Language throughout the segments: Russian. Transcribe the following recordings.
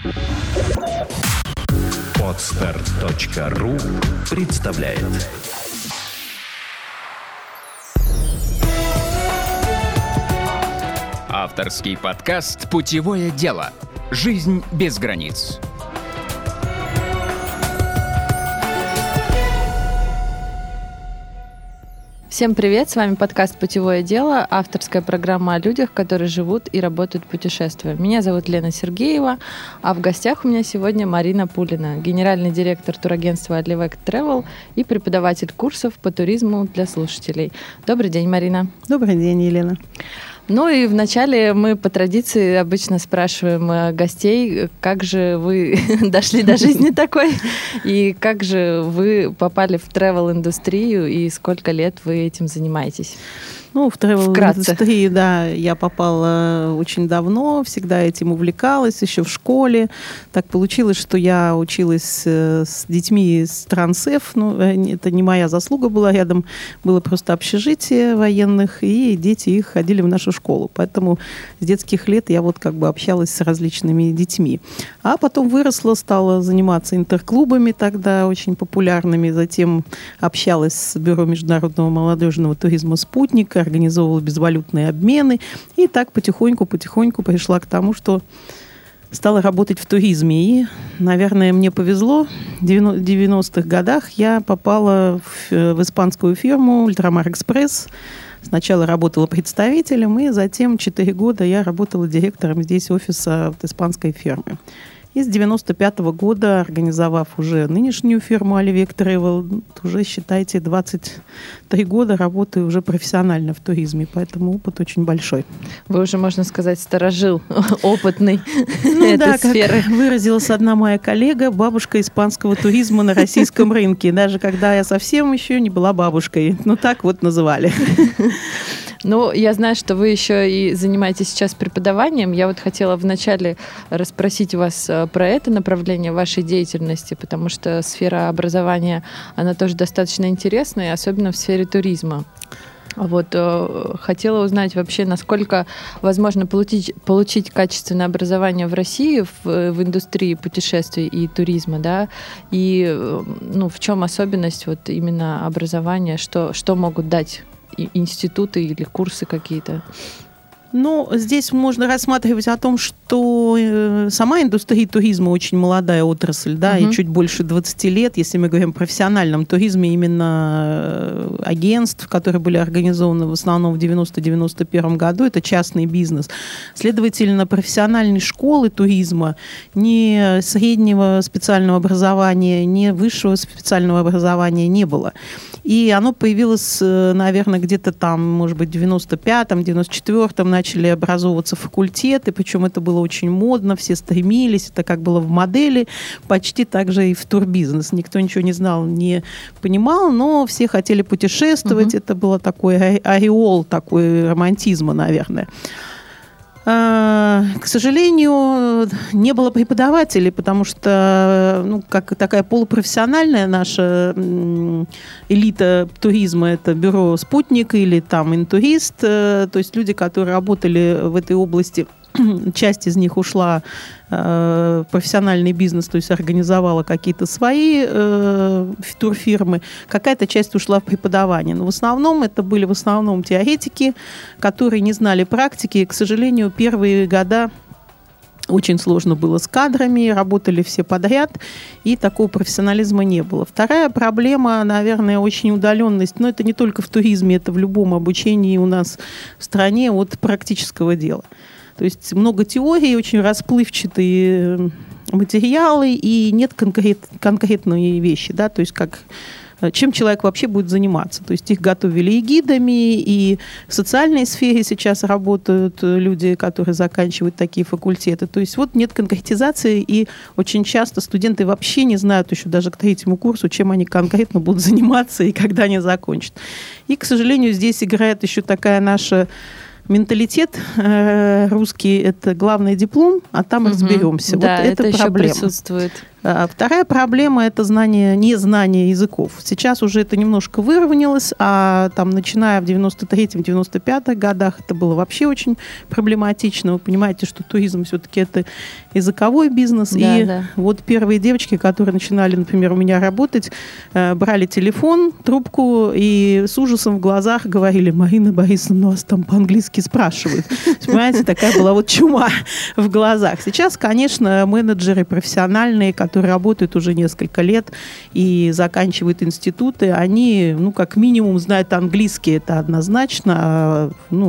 Podster.ru представляет. Авторский подкаст «Путевое дело. Жизнь без границ». Всем привет, с вами подкаст «Путевое дело», авторская программа о людях, которые живут и работают путешествуя. Меня зовут Лена Сергеева, а в гостях у меня сегодня Марина Пулина, генеральный директор турагентства Alivec Travel и преподаватель курсов по туризму для слушателей. Добрый день, Марина. Добрый день, Елена. Ну и вначале мы по традиции обычно спрашиваем гостей, как же вы дошли до жизни такой, и как же вы попали в travel-индустрию, и сколько лет вы этим занимаетесь? Ну, в travel-индустрию, да, я попала очень давно, всегда этим увлекалась, еще в школе. Так получилось, что я училась с детьми из стран СЭФ, ну, это не моя заслуга была, рядом было просто общежитие военных, и дети их ходили в нашу школу. Поэтому с детских лет я вот как бы общалась с различными детьми. А потом выросла, стала заниматься интерклубами тогда, очень популярными, затем общалась с Бюро международного молодежного туризма «Спутник», организовывала безвалютные обмены. И так потихоньку пришла к тому, что стала работать в туризме. И, наверное, мне повезло. В 90-х годах я попала в испанскую фирму «Ультрамар Экспресс». Сначала работала представителем, и затем 4 года я работала директором здесь офиса испанской фирмы. И с 95-го года, организовав уже нынешнюю фирму Alivec Travel, уже, считайте, 23 года работаю уже профессионально в туризме, поэтому опыт очень большой. Вы уже, можно сказать, старожил, опытный этой сферы. Как выразилась одна моя коллега, бабушка испанского туризма на российском рынке, даже когда я совсем еще не была бабушкой. Ну, так вот называли. Ну, я знаю, что вы еще и занимаетесь сейчас преподаванием. Я вот хотела вначале расспросить вас про это направление вашей деятельности, потому что сфера образования, она тоже достаточно интересная, особенно в сфере туризма. Вот хотела узнать вообще, насколько возможно получить качественное образование в России в индустрии путешествий и туризма, да, и ну, в чем особенность вот именно образования, что могут дать институты или курсы какие-то? Ну, здесь можно рассматривать о том, что сама индустрия туризма очень молодая отрасль, да, и чуть больше 20 лет, если мы говорим о профессиональном туризме, именно агентств, которые были организованы в основном в 90-91 году, это частный бизнес. Следовательно, профессиональной школы туризма, ни среднего специального образования, ни высшего специального образования не было. И оно появилось, наверное, где-то там, может быть, в 95-м, 94-м начали образовываться факультеты, причем это было очень модно, все стремились, это как было в модели, почти так же и в турбизнес. Никто ничего не знал, не понимал, но все хотели путешествовать, это был такой ореол, такой романтизма, наверное. К сожалению, не было преподавателей, потому что, ну, как такая полупрофессиональная наша элита туризма, это бюро «Спутник» или там «Интурист», то есть люди, которые работали в этой области. Часть из них ушла в профессиональный бизнес, то есть организовала какие-то свои турфирмы. Какая-то часть ушла в преподавание. Но в основном это были теоретики, которые не знали практики. И, к сожалению, первые года очень сложно было с кадрами, работали все подряд, и такого профессионализма не было. Вторая проблема, наверное, очень удаленность, но это не только в туризме, это в любом обучении у нас в стране от практического дела. То есть много теорий, очень расплывчатые материалы, и нет конкретной вещи, да, то есть чем человек вообще будет заниматься. То есть их готовили и гидами, и в социальной сфере сейчас работают люди, которые заканчивают такие факультеты. То есть вот нет конкретизации, и очень часто студенты вообще не знают еще даже к 3-му курсу, чем они конкретно будут заниматься и когда они закончат. И, к сожалению, здесь играет еще такая наша менталитет русский – это главный диплом, а там разберемся. Да, вот это еще проблема. присутствует. Вторая проблема – это незнание языков. Сейчас уже это немножко выровнялось, а там, начиная в 93-95 годах, это было вообще очень проблематично. Вы понимаете, что туризм все-таки это языковой бизнес. Да. Вот первые девочки, которые начинали, например, у меня работать, брали телефон, трубку и с ужасом в глазах говорили: Марина Борисовна, вас там по-английски спрашивают. Понимаете, такая была вот чума в глазах. Сейчас, конечно, менеджеры профессиональные, которые работают уже несколько лет и заканчивают институты, они, как минимум, знают английский, это однозначно.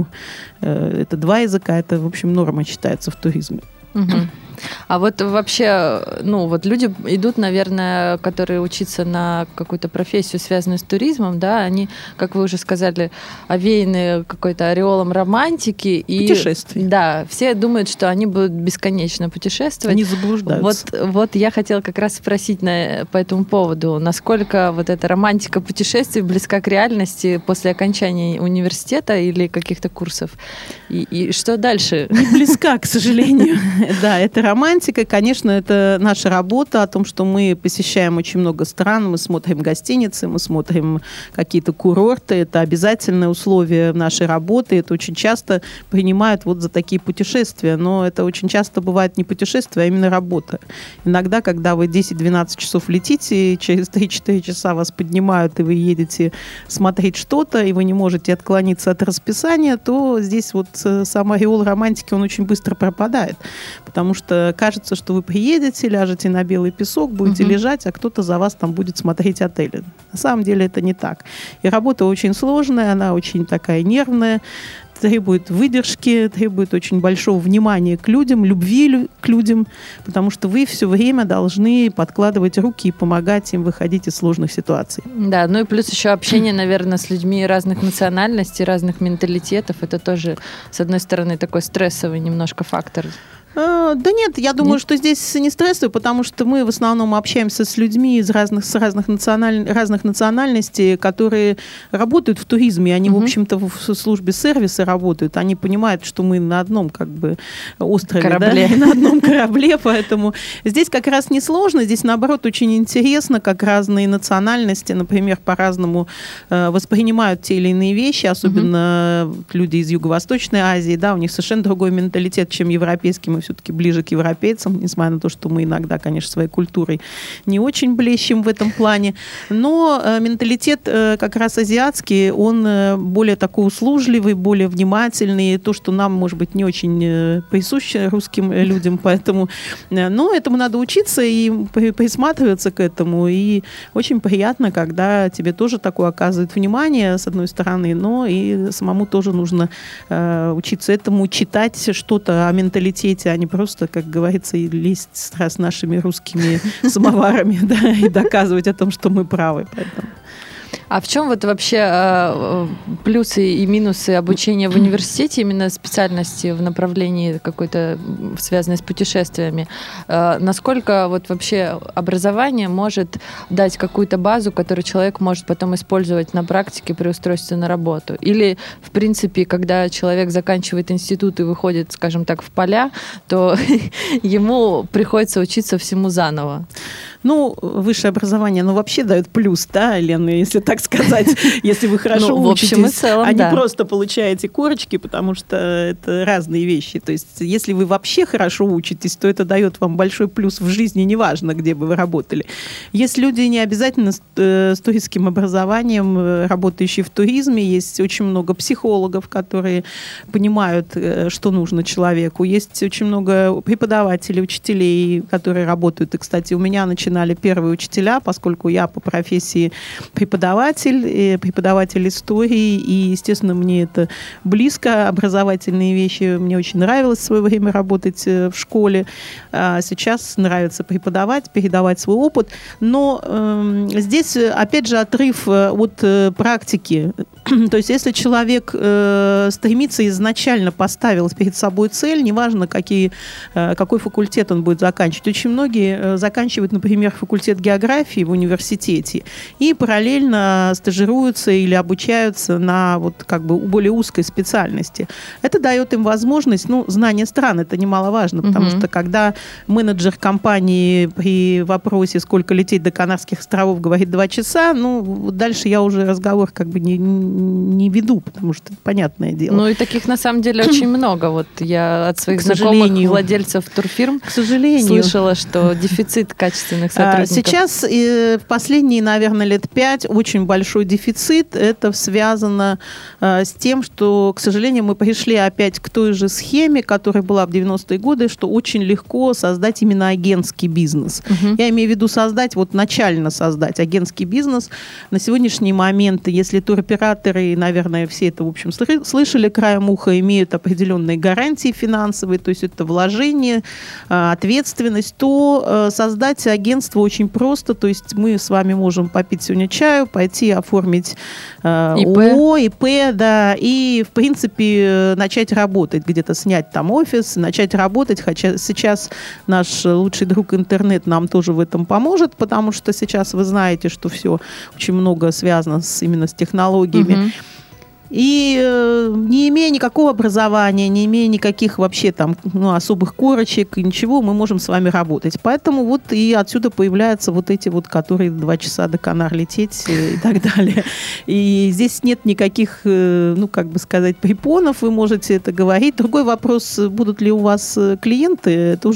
Это 2 языка, это, в общем, норма считается в туризме. Угу. А вот вообще, люди идут, наверное, которые учатся на какую-то профессию, связанную с туризмом, да, они, как вы уже сказали, овеяны какой-то ореолом романтики. Путешествий. Да, все думают, что они будут бесконечно путешествовать. Они заблуждаются. Вот я хотела как раз спросить по этому поводу, насколько вот эта романтика путешествий близка к реальности после окончания университета или каких-то курсов? И что дальше? Не близка, к сожалению. Да, это романтика, конечно, это наша работа о том, что мы посещаем очень много стран, мы смотрим гостиницы, мы смотрим какие-то курорты, это обязательное условие нашей работы, это очень часто принимают вот за такие путешествия, но это очень часто бывает не путешествие, а именно работа. Иногда, когда вы 10-12 часов летите, через 3-4 часа вас поднимают, и вы едете смотреть что-то, и вы не можете отклониться от расписания, то здесь вот сам ореол романтики, он очень быстро пропадает, потому что кажется, что вы приедете, ляжете на белый песок, будете лежать, а кто-то за вас там будет смотреть отели. На самом деле это не так. И работа очень сложная, она очень такая нервная, требует выдержки, требует очень большого внимания к людям, любви к людям, потому что вы все время должны подкладывать руки и помогать им выходить из сложных ситуаций. Да, и плюс еще общение, наверное, с людьми разных национальностей, разных менталитетов. Это тоже, с одной стороны, такой стрессовый немножко фактор. Да нет, я думаю, что здесь не стрессовый, потому что мы в основном общаемся с людьми из разных национальностей, которые работают в туризме, они, в общем-то, в службе сервиса работают, они понимают, что мы на одном острове, на одном корабле, поэтому здесь как раз не сложно, здесь, наоборот, очень интересно, как разные национальности, например, по-разному воспринимают те или иные вещи, особенно люди из Юго-Восточной Азии, да, у них совершенно другой менталитет, чем европейский, мы все-таки ближе к европейцам, несмотря на то, что мы иногда, конечно, своей культурой не очень блещем в этом плане. Но менталитет как раз азиатский, он более такой услужливый, более внимательный. То, что нам, может быть, не очень присуще русским людям, поэтому... Но этому надо учиться и присматриваться к этому. И очень приятно, когда тебе тоже такое оказывает внимание, с одной стороны, но и самому тоже нужно учиться этому, читать что-то о менталитете, а не просто, как говорится, лезть с нашими русскими самоварами, да, и доказывать о том, что мы правы. Поэтому. А в чем вот вообще плюсы и минусы обучения в университете, именно специальности в направлении какой-то, связанной с путешествиями? Насколько вот вообще образование может дать какую-то базу, которую человек может потом использовать на практике при устройстве на работу? Или, в принципе, когда человек заканчивает институт и выходит, скажем так, в поля, то ему приходится учиться всему заново? Высшее образование, вообще дает плюс, да, Лена, если так сказать, если вы хорошо учитесь, не просто получаете корочки, потому что это разные вещи. То есть, если вы вообще хорошо учитесь, то это дает вам большой плюс в жизни, неважно, где бы вы работали. Есть люди не обязательно с туристским образованием, работающие в туризме, есть очень много психологов, которые понимают, что нужно человеку, есть очень много преподавателей, учителей, которые работают. И, кстати, у меня начинали первые учителя, поскольку я по профессии преподаватель истории, и, естественно, мне это близко, образовательные вещи, мне очень нравилось в свое время работать в школе, а сейчас нравится преподавать, передавать свой опыт, но здесь, опять же, отрыв от практики. То есть, если человек стремится изначально, поставил перед собой цель, неважно, какой факультет он будет заканчивать. Очень многие заканчивают, например, например, факультет географии в университете и параллельно стажируются или обучаются на вот как бы более узкой специальности. Это дает им возможность, знание стран, это немаловажно, потому что когда менеджер компании при вопросе, сколько лететь до Канарских островов, говорит 2 часа, дальше я уже разговор как бы не веду, потому что это понятное дело. И таких на самом деле очень много. Вот я от своих знакомых владельцев турфирм к сожалению слышала, что дефицит качественных сотрудников. Сейчас в последние, наверное, лет 5 очень большой дефицит. Это связано с тем, что, к сожалению, мы пришли опять к той же схеме, которая была в 90-е годы, что очень легко создать именно агентский бизнес. Я имею в виду начально создать агентский бизнес. На сегодняшний момент, если туроператоры, наверное, все это, в общем, слышали краем уха, имеют определенные гарантии финансовые, то есть это вложение, ответственность, то создать агентство очень просто. То есть мы с вами можем попить сегодня чаю, пойти оформить ООО, ИП, да, и, в принципе, начать работать, где-то снять там офис, начать работать. Хотя сейчас наш лучший друг интернет нам тоже в этом поможет, потому что сейчас вы знаете, что все очень много связано именно с технологиями. И не имея никакого образования, не имея никаких вообще там особых корочек и ничего, мы можем с вами работать. Поэтому вот и отсюда появляются вот эти вот, которые 2 часа до Канар лететь и так далее. И здесь нет никаких, препонов, вы можете это говорить. Другой вопрос, будут ли у вас клиенты, это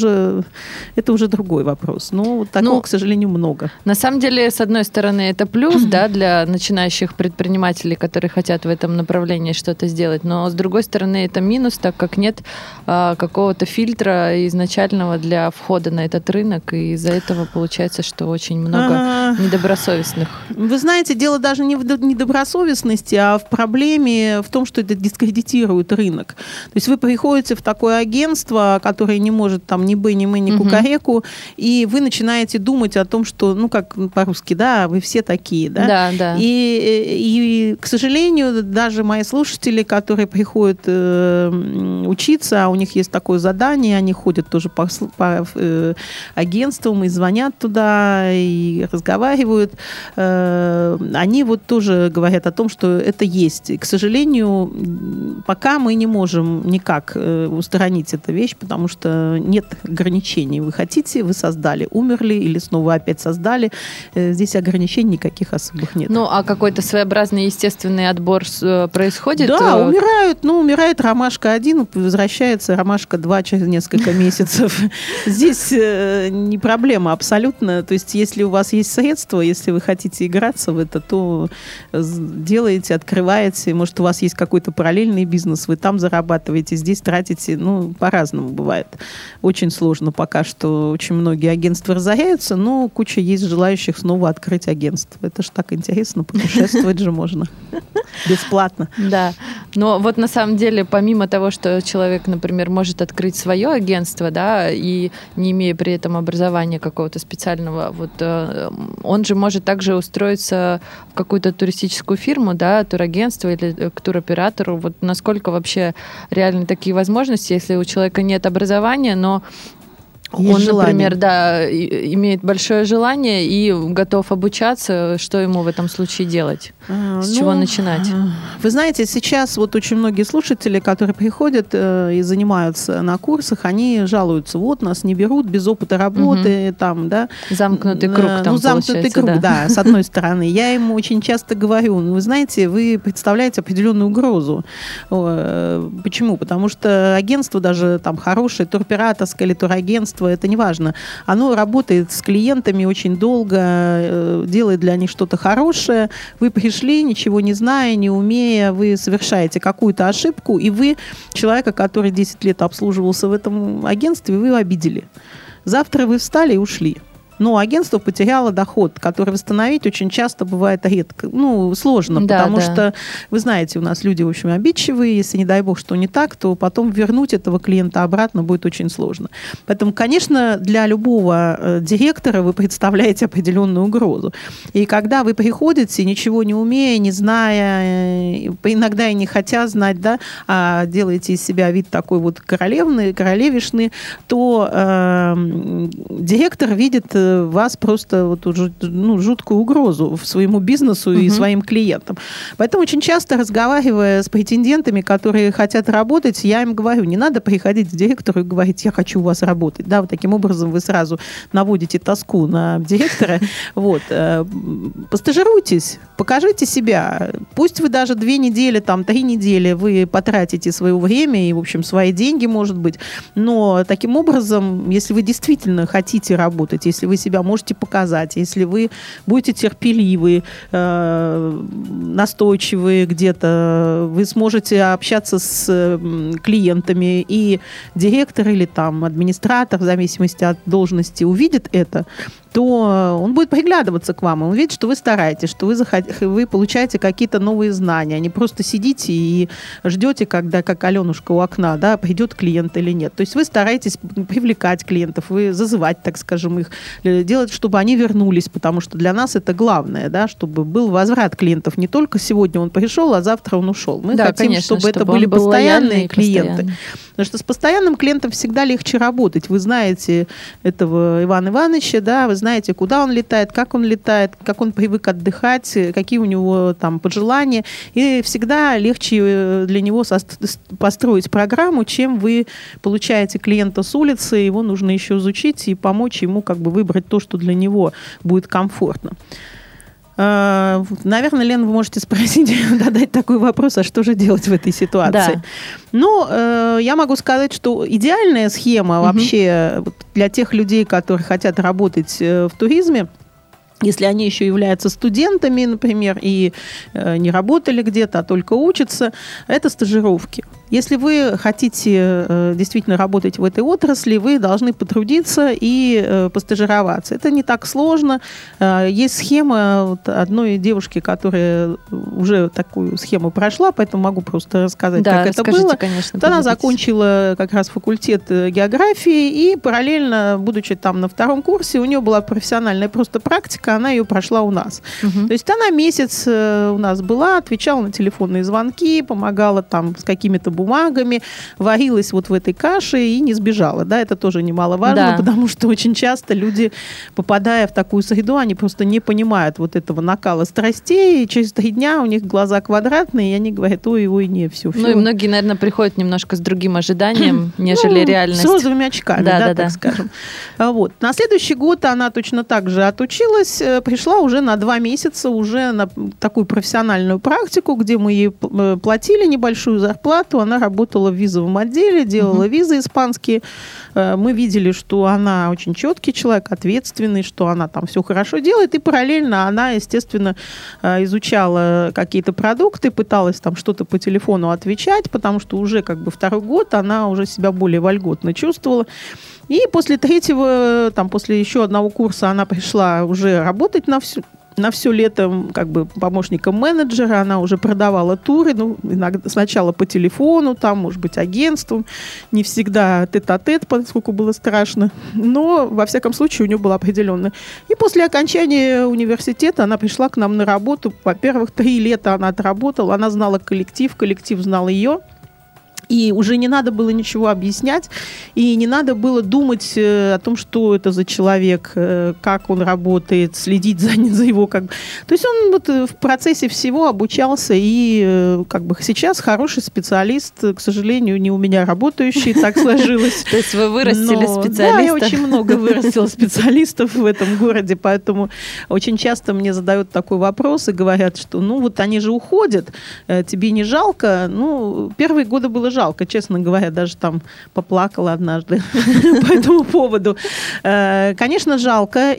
уже другой вопрос. Но такого, к сожалению, много. На самом деле, с одной стороны, это плюс, да, для начинающих предпринимателей, которые хотят в этом направлении что-то сделать, но с другой стороны это минус, так как нет какого-то фильтра изначального для входа на этот рынок, и из-за этого получается, что очень много недобросовестных. Вы знаете, дело даже не в недобросовестности, а в проблеме в том, что это дискредитирует рынок. То есть вы приходите в такое агентство, которое не может там ни бы, ни мы, ни кукареку, и вы начинаете думать о том, что, как по-русски, да, вы все такие, да? Да. И, к сожалению, даже мои слушатели, которые приходят учиться, а у них есть такое задание, они ходят тоже по агентствам и звонят туда, и разговаривают, они вот тоже говорят о том, что это есть. И, к сожалению, пока мы не можем никак устранить эту вещь, потому что нет ограничений. Вы хотите, вы создали, умерли или снова опять создали. Здесь ограничений никаких особых нет. А какой-то своеобразный естественный отбор происходит? Да, умирает ромашка-1, возвращается ромашка-2 через несколько месяцев. Здесь не проблема абсолютно. То есть, если у вас есть средства, если вы хотите играться в это, то делаете, открываете. Может, у вас есть какой-то параллельный бизнес, вы там зарабатываете, здесь тратите. По-разному бывает. Очень сложно пока что. Очень многие агентства разоряются, но куча есть желающих снова открыть агентство. Это ж так интересно, путешествовать же можно. Бесплатно. Да. Но вот на самом деле, помимо того, что человек, например, может открыть свое агентство, да, и не имея при этом образования какого-то специального, он же может также устроиться в какую-то туристическую фирму, да, турагентство или к туроператору. Вот насколько вообще реальны такие возможности, если у человека нет образования, но он, например, имеет большое желание и готов обучаться. Что ему в этом случае делать? С чего начинать? Вы знаете, сейчас вот очень многие слушатели, которые приходят и занимаются на курсах, они жалуются, нас не берут без опыта работы, там, да. Замкнутый круг там замкнутый круг, да, с одной стороны. Я ему очень часто говорю, вы знаете, вы представляете определенную угрозу. Почему? Потому что агентство даже там хорошее, туроператорское или турагентство, это не важно. Оно работает с клиентами очень долго, делает для них что-то хорошее. Вы пришли, ничего не зная, не умея, вы совершаете какую-то ошибку, и вы человека, который 10 лет обслуживался в этом агентстве, вы его обидели. Завтра вы встали и ушли. Но агентство потеряло доход, который восстановить очень часто бывает редко. Сложно, потому что, вы знаете, у нас люди, в общем, обидчивые. Если, не дай бог, что не так, то потом вернуть этого клиента обратно будет очень сложно. Поэтому, конечно, для любого директора вы представляете определенную угрозу. И когда вы приходите, ничего не умея, не зная, иногда и не хотя знать, да, а делаете из себя вид такой вот королевишны, то директор видит вас просто вот уже, жуткую угрозу своему бизнесу и своим клиентам. Поэтому очень часто, разговаривая с претендентами, которые хотят работать, я им говорю, не надо приходить к директору и говорить, я хочу у вас работать. Да, вот таким образом вы сразу наводите тоску на директора. Вот. Постажируйтесь, покажите себя. Пусть вы даже 2 недели, 3 недели вы потратите свое время и, в общем, свои деньги, может быть. Но таким образом, если вы действительно хотите работать, если вы себя можете показать, если вы будете терпеливы, настойчивы где-то, вы сможете общаться с клиентами, и директор или администратор, в зависимости от должности, увидит это, то он будет приглядываться к вам. Он видит, что вы стараетесь, что вы получаете какие-то новые знания, а не просто сидите и ждете, когда, как Аленушка у окна, да, придет клиент или нет. То есть вы стараетесь привлекать клиентов, вы зазывать, так скажем, их, делать, чтобы они вернулись, потому что для нас это главное, да, чтобы был возврат клиентов. Не только сегодня он пришел, а завтра он ушел. Мы хотим, конечно, чтобы это были постоянные клиенты. Потому что с постоянным клиентом всегда легче работать. Вы знаете этого Ивана Ивановича, да, вы знаете, куда он летает, как он привык отдыхать, какие у него пожелания. И всегда легче для него построить программу, чем вы получаете клиента с улицы, его нужно еще изучить и помочь ему выбрать то, что для него будет комфортно. Наверное, Лена, вы можете спросить, задать такой вопрос, а что же делать в этой ситуации? Да. Я могу сказать, что идеальная схема вообще для тех людей, которые хотят работать в туризме, если они еще являются студентами, например, и не работали где-то, а только учатся, это стажировки. Если вы хотите действительно работать в этой отрасли, вы должны потрудиться и постажироваться. Это не так сложно. Есть схема одной девушки, которая уже такую схему прошла, поэтому могу просто рассказать, как это было. Конечно, она закончила как раз факультет географии и параллельно, будучи на 2-м курсе, у нее была профессиональная просто практика, она ее прошла у нас. То есть она месяц у нас была, отвечала на телефонные звонки, помогала с какими-то бумагами, варилась в этой каше и не сбежала. Да, это тоже немаловажно, потому что очень часто люди, попадая в такую среду, они просто не понимают этого накала страстей, и через 3 дня у них глаза квадратные, и они говорят, ой, не, все. И многие, наверное, приходят немножко с другим ожиданием, нежели реальность. С розовыми очками, так скажем. На следующий год она точно так же отучилась, пришла уже на 2 месяца, уже на такую профессиональную практику, где мы ей платили небольшую зарплату, она работала в визовом отделе, делала визы испанские. Мы видели, что она очень четкий человек, ответственный, что она все хорошо делает, и параллельно она, естественно, изучала какие-то продукты, пыталась что-то по телефону отвечать, потому что уже 2-й год она уже себя более вольготно чувствовала. И после 3-го, после еще одного курса она пришла уже работать на все лето помощником менеджера, она уже продавала туры, иногда сначала по телефону, может быть, агентством, не всегда тет-а-тет, поскольку было страшно, но, во всяком случае, у нее была определенная. И после окончания университета она пришла к нам на работу. Во-первых, 3 лета она отработала, она знала коллектив знал ее. И уже не надо было ничего объяснять, и не надо было думать о том, что это за человек, как он работает, следить за его То есть он в процессе всего обучался, и сейчас хороший специалист, к сожалению, не у меня работающий, так сложилось. То есть вы вырастили специалиста? Да, я очень много вырастила специалистов в этом городе, поэтому очень часто мне задают такой вопрос и говорят, что они же уходят, тебе не жалко? Первые годы было жалко, честно говоря, даже поплакала однажды по этому поводу. Конечно, жалко,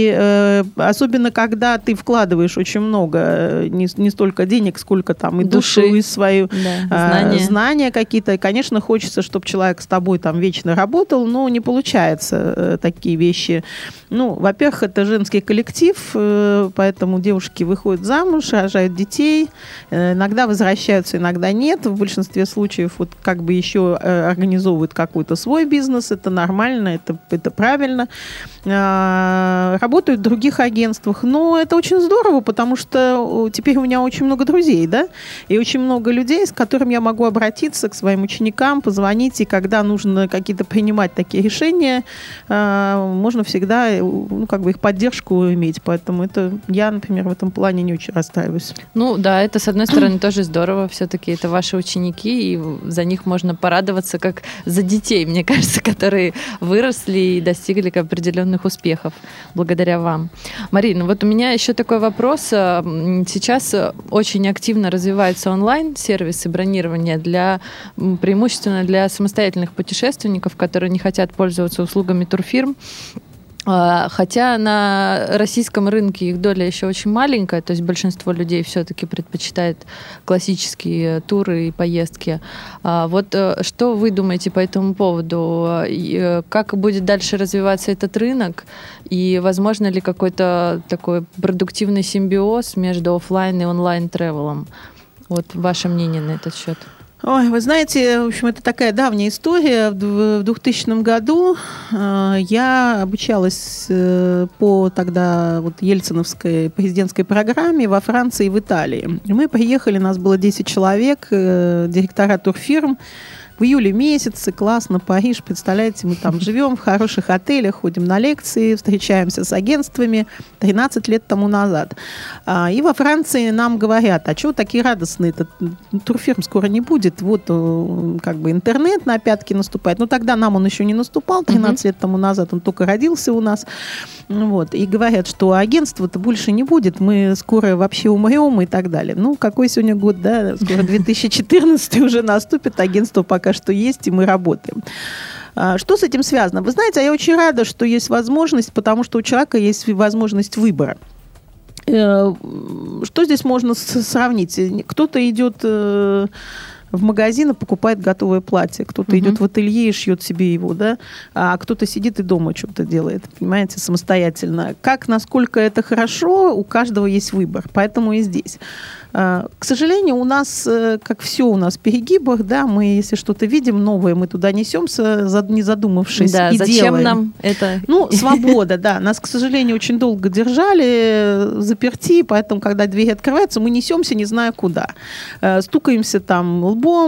и особенно когда ты вкладываешь очень много, не столько денег, сколько и душу, и свои знания какие-то. И, конечно, хочется, чтобы человек с тобой вечно работал, но не получается такие вещи. Во-первых, это женский коллектив, поэтому девушки выходят замуж, рожают детей, иногда возвращаются, иногда нет. В большинстве случаев вот как бы еще организовывают какой-то свой бизнес, это нормально, это правильно. Работают в других агентствах, но это очень здорово, потому что теперь у меня очень много друзей, да, и очень много людей, с которыми я могу обратиться к своим ученикам, позвонить, и когда нужно какие-то принимать такие решения, можно всегда, как бы их поддержку иметь, поэтому это я, например, в этом плане не очень расстраиваюсь. Ну да, это, с одной стороны, тоже здорово, все-таки это ваши ученики, и за них можно порадоваться, как за детей, мне кажется, которые выросли и достигли определенных успехов благодаря вам. Марина, вот у меня еще такой вопрос. Сейчас очень активно развиваются онлайн-сервисы бронирования преимущественно для самостоятельных путешественников, которые не хотят пользоваться услугами турфирм. Хотя на российском рынке их доля еще очень маленькая, то есть большинство людей все-таки предпочитает классические туры и поездки. Вот что вы думаете по этому поводу? Как будет дальше развиваться этот рынок? И возможно ли какой-то такой продуктивный симбиоз между офлайн и онлайн-тревелом? Вот ваше мнение на этот счет. Ой, вы знаете, в общем, это такая давняя история. В 2000 году я обучалась по тогда ельциновской президентской программе во Франции и в Италии. Мы приехали, нас было 10 человек, директора турфирм. В июле месяце, классно, Париж, представляете, мы там живем в хороших отелях, ходим на лекции, встречаемся с агентствами 13 лет тому назад. И во Франции нам говорят, а что такие радостные, турфирм скоро не будет, вот как бы интернет на пятки наступает. Но тогда нам он еще не наступал, 13 лет тому назад, он только родился у нас. Вот. И говорят, что агентства-то больше не будет, мы скоро вообще умрем и так далее. Ну, какой сегодня год, да, скоро 2014 уже наступит, агентство пока что есть, и мы работаем. Что с этим связано? Вы знаете, я очень рада, что есть возможность, потому что у человека есть возможность выбора. Что здесь можно сравнить? Кто-то идет в магазин и покупает готовое платье, кто-то идет в ателье и шьет себе его, да, а кто-то сидит и дома что-то делает, понимаете, самостоятельно. Насколько это хорошо, у каждого есть выбор, поэтому и здесь. К сожалению, у нас, как все у нас в перегибах, да, мы, если что-то видим новое, мы туда несемся, не задумавшись, да, и зачем делаем. Нам это? Ну, свобода, да. Нас, к сожалению, очень долго держали заперти, поэтому, когда дверь открывается, мы несемся, не зная куда. Стукаемся там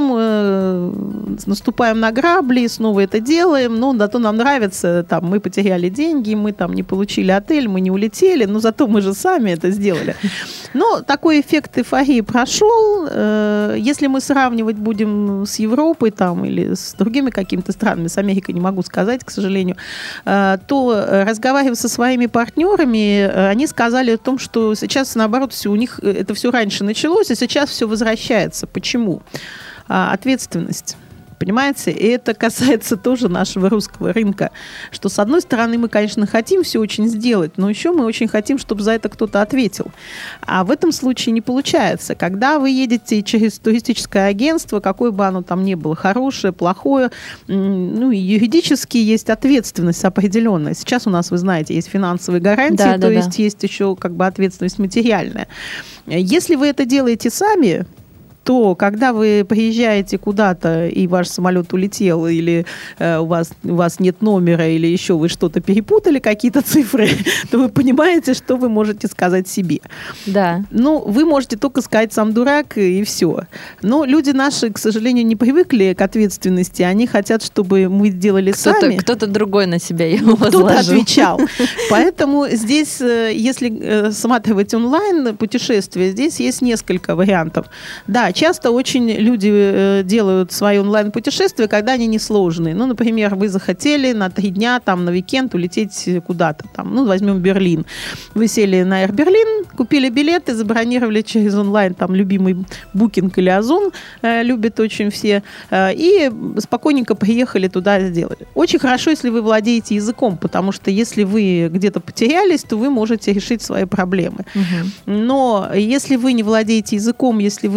лбом, наступаем на грабли, снова это делаем, но зато нам нравится, там, мы потеряли деньги, мы там не получили отель, мы не улетели, но зато мы же сами это сделали. Но такой эффект эйфории прошел. Если мы сравнивать будем с Европой там, или с другими какими-то странами, с Америкой не могу сказать, к сожалению, то, разговаривая со своими партнерами, они сказали о том, что сейчас, наоборот, у них это все раньше началось, и сейчас все возвращается. Почему? Ответственность. Понимаете? И это касается тоже нашего русского рынка, что, с одной стороны, мы, конечно, хотим все очень сделать, но еще мы очень хотим, чтобы за это кто-то ответил. А в этом случае не получается. Когда вы едете через туристическое агентство, какое бы оно там ни было, хорошее, плохое, ну, и юридически есть ответственность определенная. Сейчас у нас, вы знаете, есть финансовые гарантии, есть есть еще как бы ответственность материальная. Если вы это делаете сами, то когда вы приезжаете куда-то, и ваш самолет улетел, или у вас нет номера, или еще вы что-то перепутали, какие-то цифры, то вы понимаете, что вы можете сказать себе. Да. Ну, вы можете только сказать «сам дурак», и все. Но люди наши, к сожалению, не привыкли к ответственности. Они хотят, чтобы мы делали сами. Кто-то другой на себя его возложил. Кто-то отвечал. Поэтому здесь, если рассматривать онлайн путешествия, здесь есть несколько вариантов. Да, часто очень люди делают свои онлайн-путешествия, когда они несложные. Ну, например, вы захотели на 3 дня, там, на уикенд улететь куда-то. Там, ну, возьмем Берлин. Вы сели на Air Berlin, купили билеты, забронировали через онлайн, там, любимый Booking или Озон, любят очень все, и спокойненько приехали туда, сделали. Очень хорошо, если вы владеете языком, потому что если вы где-то потерялись, то вы можете решить свои проблемы. Но если вы не владеете языком, если вы не знаете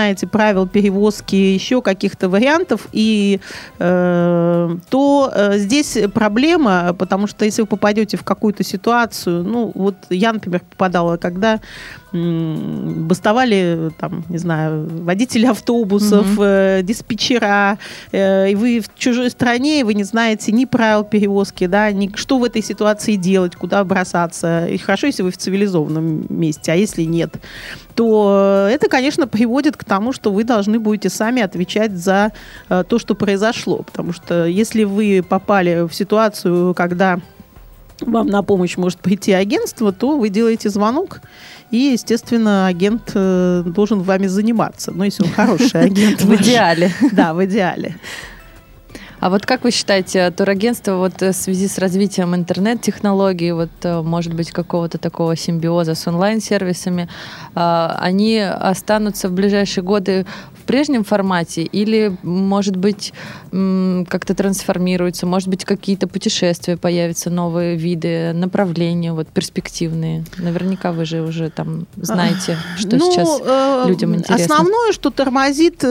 знаете правил перевозки, еще каких-то вариантов, и то здесь проблема, потому что если вы попадете в какую-то ситуацию, ну, вот я, например, попадала, когда бастовали, там, не знаю, водители автобусов, диспетчера, и вы в чужой стране, и вы не знаете ни правил перевозки, да, ни что в этой ситуации делать, куда бросаться. И хорошо, если вы в цивилизованном месте, а если нет, то это, конечно, приводит к тому, что вы должны будете сами отвечать за то, что произошло. Потому что если вы попали в ситуацию, когда вам на помощь может прийти агентство, то вы делаете звонок, и, естественно, агент должен вами заниматься. Ну, если он хороший агент. В идеале. Да, в идеале. А вот как вы считаете, турагентство вот в связи с развитием интернет-технологий, вот, может быть, какого-то такого симбиоза с онлайн-сервисами, они останутся в ближайшие годы в прежнем формате или, может быть, как-то трансформируются, может быть, какие-то путешествия появятся, новые виды, направления, вот, перспективные? Наверняка вы же уже там знаете, что сейчас людям интересно. Основное, что тормозит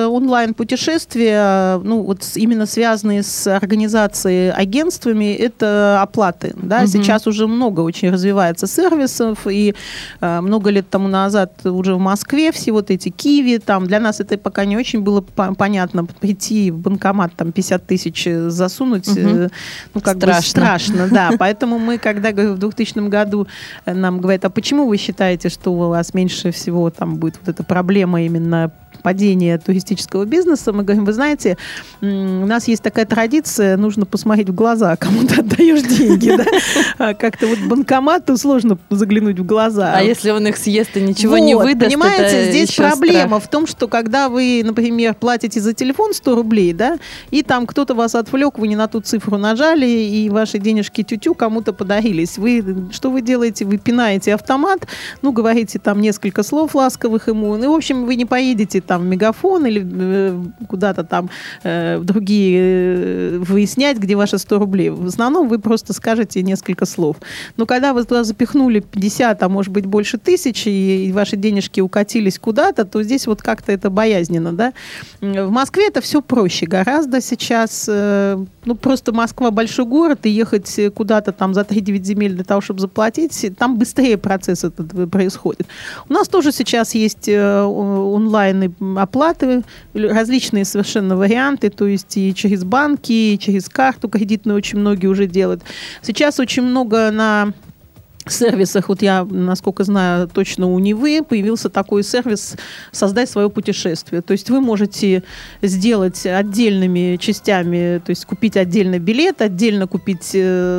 онлайн-путешествия, ну, вот именно связанные с организацией агентствами, это оплаты. Да? Сейчас уже много очень развивается сервисов, и много лет тому назад уже в Москве все вот эти Киви, там для нас это пока не очень было понятно, прийти в банкомат, там 50 тысяч засунуть, ну, как бы страшно, да. Поэтому мы, когда в 2000 году нам говорят, а почему вы считаете, что у вас меньше всего там будет вот эта проблема именно падения туристического бизнеса, мы говорим, вы знаете, у нас есть такая традиция, нужно посмотреть в глаза, кому ты отдаешь деньги, да? Как-то вот банкомату сложно заглянуть в глаза. А если он их съест и ничего не выдаст, понимаете, здесь проблема в том, что когда вы, например, платите за телефон 100 рублей, да, и там кто-то вас отвлек, вы не на ту цифру нажали, и ваши денежки тю-тю кому-то подарились. Что вы делаете? Вы пинаете автомат, ну, говорите там несколько слов ласковых ему, ну, в общем, вы не поедете там в Мегафон или куда-то там в другие выяснять, где ваши 100 рублей. В основном вы просто скажете несколько слов. Но когда вы туда запихнули 50, а может быть больше 1000, и ваши денежки укатились куда-то, то здесь вот как-то это боязненно, да. В Москве это все проще гораздо сейчас. Ну, просто Москва большой город, и ехать куда-то там за 3-9 земель для того, чтобы заплатить, там быстрее процесс этот происходит. У нас тоже сейчас есть онлайн оплаты, различные совершенно варианты, то есть и через банки, и через карту кредитную очень многие уже делают. Сейчас очень много на сервисах, вот я, насколько знаю, точно у Невы появился такой сервис «Создать свое путешествие». То есть вы можете сделать отдельными частями, то есть купить отдельный билет, отдельно купить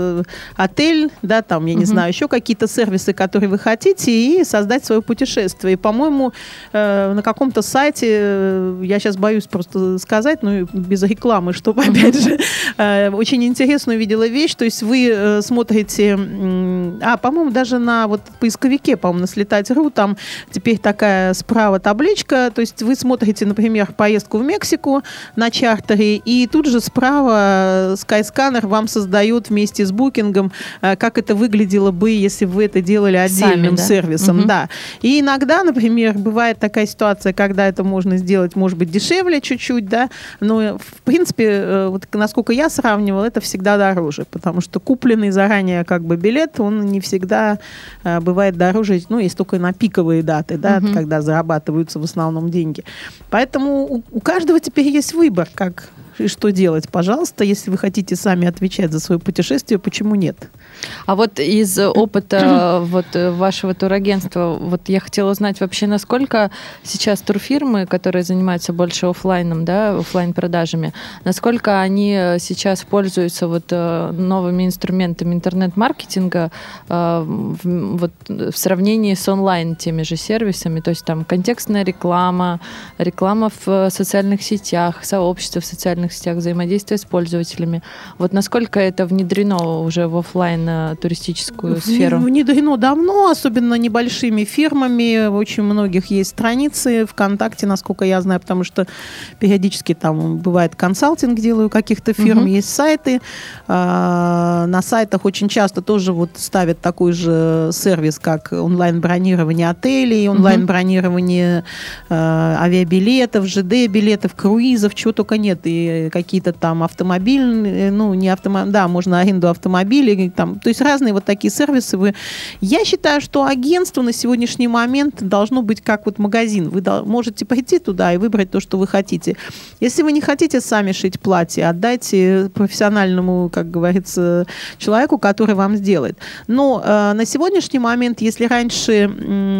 отель, да, там, я не знаю, еще какие-то сервисы, которые вы хотите, и создать свое путешествие. И, по-моему, на каком-то сайте, я сейчас боюсь просто сказать, ну, без рекламы, чтобы, опять же, очень интересную видела вещь, то есть вы смотрите, по-моему, даже на вот поисковике, по-моему, на Слетать.ру, там теперь такая справа табличка, то есть вы смотрите, например, поездку в Мексику на чартере, и тут же справа Skyscanner вам создает вместе с букингом, как это выглядело бы, если бы вы это делали отдельным сервисом. Да. И иногда, например, бывает такая ситуация, когда это можно сделать, может быть, дешевле чуть-чуть, да, но, в принципе, вот насколько я сравнивала, это всегда дороже, потому что купленный заранее как бы билет, он не всегда бывает дороже, ну, есть только на пиковые даты, да, когда зарабатываются в основном деньги. Поэтому у каждого теперь есть выбор, как и что делать. Пожалуйста, если вы хотите сами отвечать за свое путешествие, почему нет? А вот из опыта вот вашего турагентства, вот я хотела узнать вообще, насколько сейчас турфирмы, которые занимаются больше офлайном, да, офлайн-продажами, насколько они сейчас пользуются вот новыми инструментами интернет-маркетинга вот в сравнении с онлайн теми же сервисами, то есть там контекстная реклама, реклама в социальных сетях, сообщества в социальных социальных сетях, взаимодействие с пользователями. Вот насколько это внедрено уже в офлайн туристическую сферу? Внедрено давно, особенно небольшими фирмами. Очень многих есть страницы ВКонтакте, насколько я знаю, потому что периодически там бывает консалтинг делаю каких-то фирм, есть сайты. На сайтах очень часто тоже вот ставят такой же сервис, как онлайн-бронирование отелей, онлайн-бронирование авиабилетов, ЖД-билетов, круизов, чего только нет. И какие-то там автомобильные, можно аренду автомобилей, там, то есть разные вот такие сервисы. Я считаю, что агентство на сегодняшний момент должно быть как вот магазин. Вы можете пойти туда и выбрать то, что вы хотите. Если вы не хотите сами шить платье, отдайте профессиональному, как говорится, человеку, который вам сделает. Но на сегодняшний момент, если раньше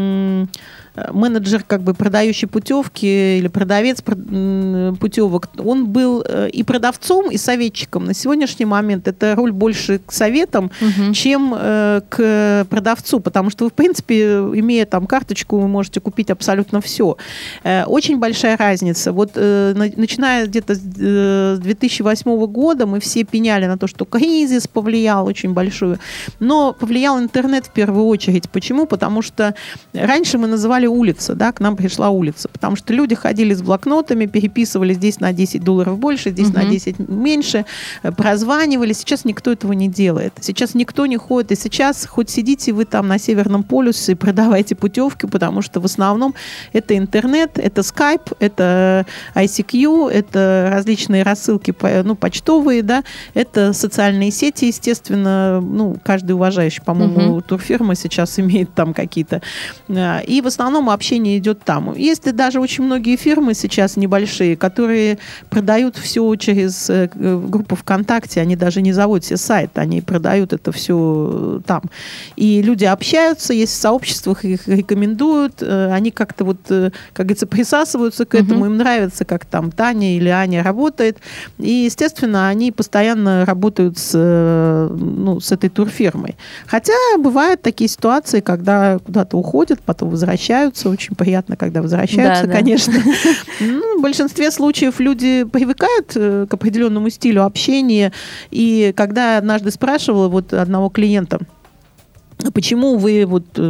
менеджер, как бы продающий путевки или продавец путевок, он был и продавцом, и советчиком. На сегодняшний момент эта роль больше к советам, чем к продавцу, потому что вы, в принципе, имея там карточку, вы можете купить абсолютно все. Очень большая разница. Вот начиная где-то с 2008 года мы все пеняли на то, что кризис повлиял очень большую, но повлиял интернет в первую очередь. Почему? Потому что раньше мы называли улица, да, к нам пришла улица, потому что люди ходили с блокнотами, переписывали здесь на $10 больше, здесь на 10 меньше, прозванивали. Сейчас никто этого не делает. Сейчас никто не ходит. И сейчас хоть сидите вы там на Северном полюсе и продавайте путевки, потому что в основном это интернет, это Skype, это ICQ, это различные рассылки, почтовые, да, это социальные сети, естественно, каждый уважающий, по-моему, турфирма сейчас имеет там какие-то. И в основном общение идет там. Есть даже очень многие фирмы сейчас небольшие, которые продают все через группу ВКонтакте, они даже не заводят себе сайт, они продают это все там. И люди общаются, есть в сообществах, их рекомендуют, они как-то вот, как говорится, присасываются к этому, им нравится, как там Таня или Аня работает. И, естественно, они постоянно работают с этой турфирмой. Хотя бывают такие ситуации, когда куда-то уходят, потом возвращаются. Очень приятно, когда возвращаются, конечно. В большинстве случаев люди привыкают к определенному стилю общения. И когда однажды спрашивала вот одного клиента, почему вы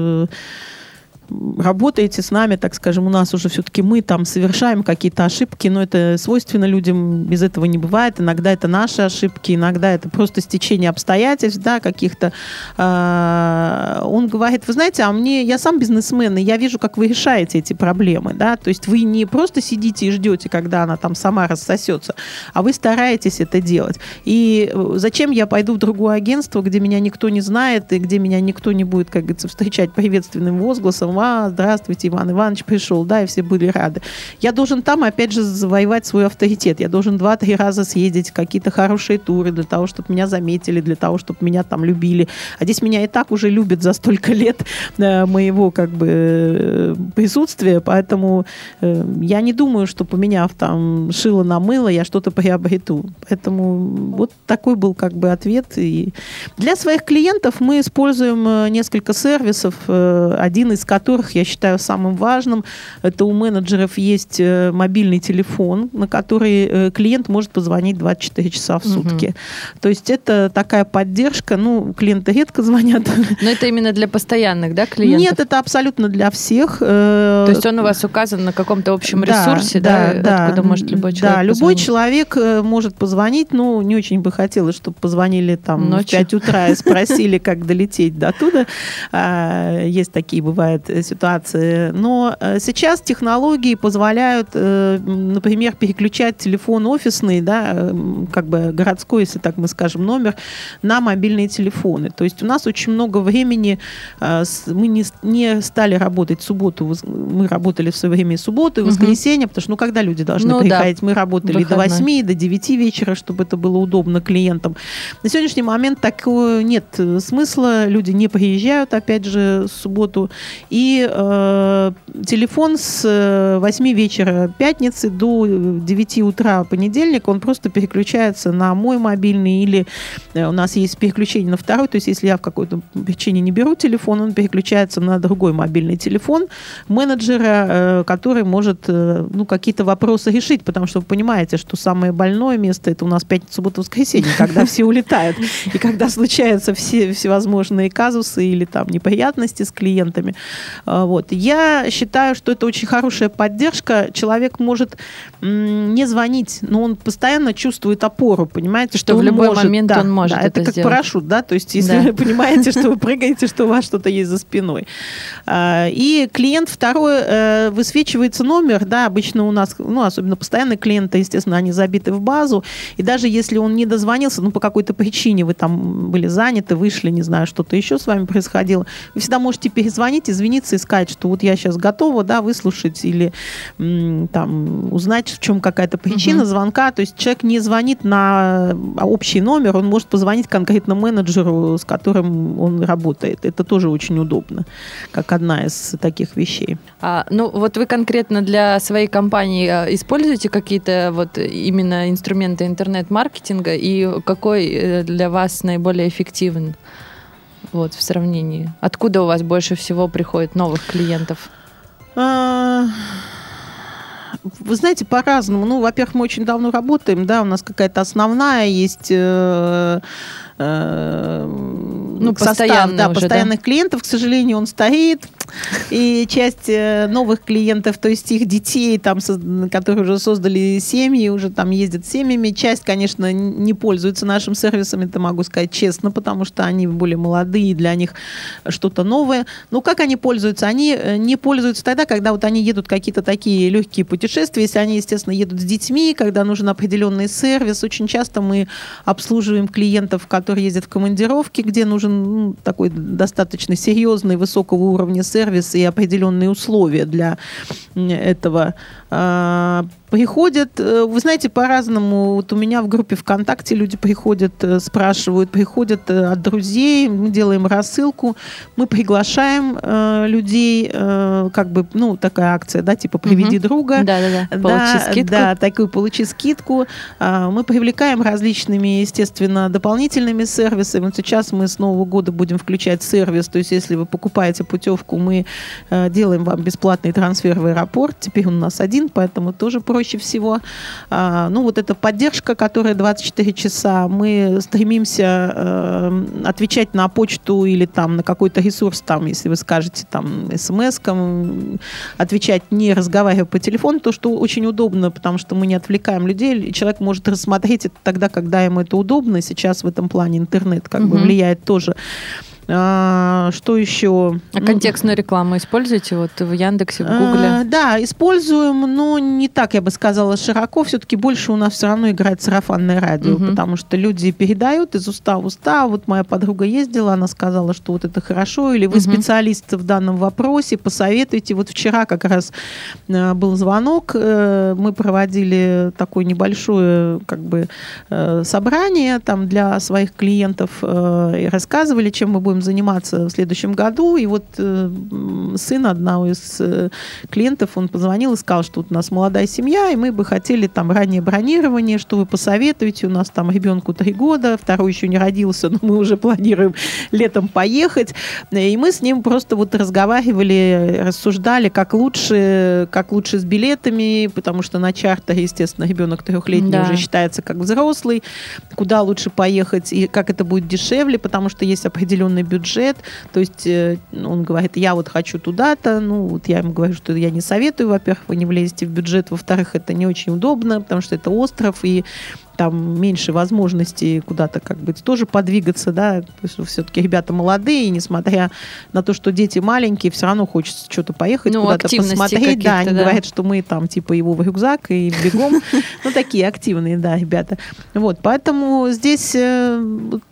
работаете с нами, так скажем, у нас уже все-таки мы там совершаем какие-то ошибки, но это свойственно людям, без этого не бывает. Иногда это наши ошибки, иногда это просто стечение обстоятельств, да, каких-то. Он говорит, вы знаете, я сам бизнесмен, и я вижу, как вы решаете эти проблемы, да, то есть вы не просто сидите и ждете, когда она там сама рассосется, а вы стараетесь это делать. И зачем я пойду в другое агентство, где меня никто не знает, и где меня никто не будет, как говорится, встречать приветственным возгласом: здравствуйте, Иван Иванович пришел, да, и все были рады. Я должен там, опять же, завоевать свой авторитет. Я должен 2-3 раза съездить в какие-то хорошие туры для того, чтобы меня заметили, для того, чтобы меня там любили. А здесь меня и так уже любят за столько лет моего, как бы, присутствия, поэтому я не думаю, что, поменяв там шило на мыло, я что-то приобрету. Поэтому вот такой был, как бы, ответ. И для своих клиентов мы используем несколько сервисов, один из которых я считаю самым важным. Это у менеджеров есть мобильный телефон, на который клиент может позвонить 24 часа в сутки. То есть это такая поддержка. Клиенты редко звонят. Но это именно для постоянных, да, клиентов? Нет, это абсолютно для всех. То есть он у вас указан на каком-то общем ресурсе, да, откуда может любой человек позвонить? Любой человек может позвонить. Не очень бы хотелось, чтобы позвонили там в 5 утра и спросили, как долететь до туда. Есть такие, бывают, ситуации. Но сейчас технологии позволяют, например, переключать телефон офисный, да, как бы городской, если так мы скажем, номер, на мобильные телефоны. То есть у нас очень много времени, мы не стали работать в субботу, мы работали в свое время и субботу, и воскресенье, потому что, когда люди должны приходить, мы работали до 8, до 9 вечера, чтобы это было удобно клиентам. На сегодняшний момент такого нет смысла, люди не приезжают, опять же, в субботу, и и телефон с 8 вечера пятницы до 9 утра понедельника, он просто переключается на мой мобильный, или у нас есть переключение на второй, то есть если я в какой-то причине не беру телефон, он переключается на другой мобильный телефон менеджера, который может какие-то вопросы решить, потому что вы понимаете, что самое больное место — это у нас пятница, суббота, воскресенье, когда все улетают, и когда случаются все всевозможные казусы или там неприятности с клиентами. Вот. Я считаю, что это очень хорошая поддержка. Человек может не звонить, но он постоянно чувствует опору, понимаете, что в любой момент он может это как сделать. парашют, да, то есть если вы понимаете, что вы прыгаете, что у вас что-то есть за спиной. И клиент второй, высвечивается номер, да, обычно у нас, особенно постоянные клиенты, естественно, они забиты в базу, и даже если он не дозвонился, по какой-то причине вы там были заняты, вышли, не знаю, что-то еще с вами происходило, вы всегда можете перезвонить, извиниться и сказать, что вот я сейчас готова, да, выслушать или там узнать, в чем какая-то причина звонка. То есть человек не звонит на общий номер, он может позвонить конкретно менеджеру, с которым он работает. Это тоже очень удобно, как одна из таких вещей. Вот вы конкретно для своей компании используете какие-то вот именно инструменты интернет-маркетинга, и какой для вас наиболее эффективен в сравнении? Откуда у вас больше всего приходит новых клиентов? Вы знаете, по-разному. Во-первых, мы очень давно работаем, да, у нас какая-то основная есть состав, да, постоянных клиентов. К сожалению, он стоит. И часть новых клиентов, то есть их детей, там, которые уже создали семьи, уже там ездят с семьями. Часть, конечно, не пользуется нашим сервисом, это могу сказать честно, потому что они более молодые, для них что-то новое. Но как они пользуются? Они не пользуются тогда, когда вот они едут какие-то такие легкие путешествия, если они, естественно, едут с детьми, когда нужен определенный сервис. Очень часто мы обслуживаем клиентов, которые ездят в командировки, где нужен такой достаточно серьезный, высокого уровня сервис и определенные условия для этого. Приходят, вы знаете, по-разному. Вот у меня в группе ВКонтакте люди приходят, спрашивают, приходят от друзей, мы делаем рассылку, мы приглашаем людей, такая акция, да, типа «Приведи друга». Да-да-да, получи скидку. Да, такую «Получи скидку». Мы привлекаем различными, естественно, дополнительными сервисами. Вот сейчас мы с Нового года будем включать сервис, то есть если вы покупаете путевку, мы делаем вам бесплатный трансфер в аэропорт. Теперь он у нас один, поэтому тоже проще всего. Вот эта поддержка, которая 24 часа, мы стремимся отвечать на почту или там на какой-то ресурс, там, если вы скажете там смс-кам, отвечать, не разговаривая по телефону, то, что очень удобно, потому что мы не отвлекаем людей, и человек может рассмотреть это тогда, когда ему это удобно, и сейчас в этом плане интернет как бы влияет тоже. Что еще? Контекстную рекламу используете в Яндексе, в Гугле? Да, используем, но не так, я бы сказала, широко. Все-таки больше у нас все равно играет сарафанное радио, потому что люди передают из уста в уста. Вот моя подруга ездила, она сказала, что вот это хорошо, или вы специалист в данном вопросе, посоветуйте. Вот вчера как раз был звонок, мы проводили такое небольшое собрание там для своих клиентов и рассказывали, чем мы будем заниматься в следующем году. И вот сын одного из клиентов, он позвонил и сказал, что вот у нас молодая семья, и мы бы хотели там раннее бронирование, что вы посоветуете. У нас там ребенку 3 года, второй еще не родился, но мы уже планируем летом поехать. И мы с ним просто разговаривали, рассуждали, как лучше с билетами, потому что на чартере, естественно, ребенок 3-летний уже считается как взрослый. Куда лучше поехать и как это будет дешевле, потому что есть определенный бюджет, то есть он говорит, я вот хочу туда-то, я ему говорю, что я не советую, во-первых, вы не влезете в бюджет, во-вторых, это не очень удобно, потому что это остров, и там меньше возможностей куда-то тоже подвигаться, да, все-таки ребята молодые, и несмотря на то, что дети маленькие, все равно хочется что-то поехать, куда-то посмотреть, да, они говорят, что мы там его в рюкзак и бегом, такие активные, да, ребята. Вот, поэтому здесь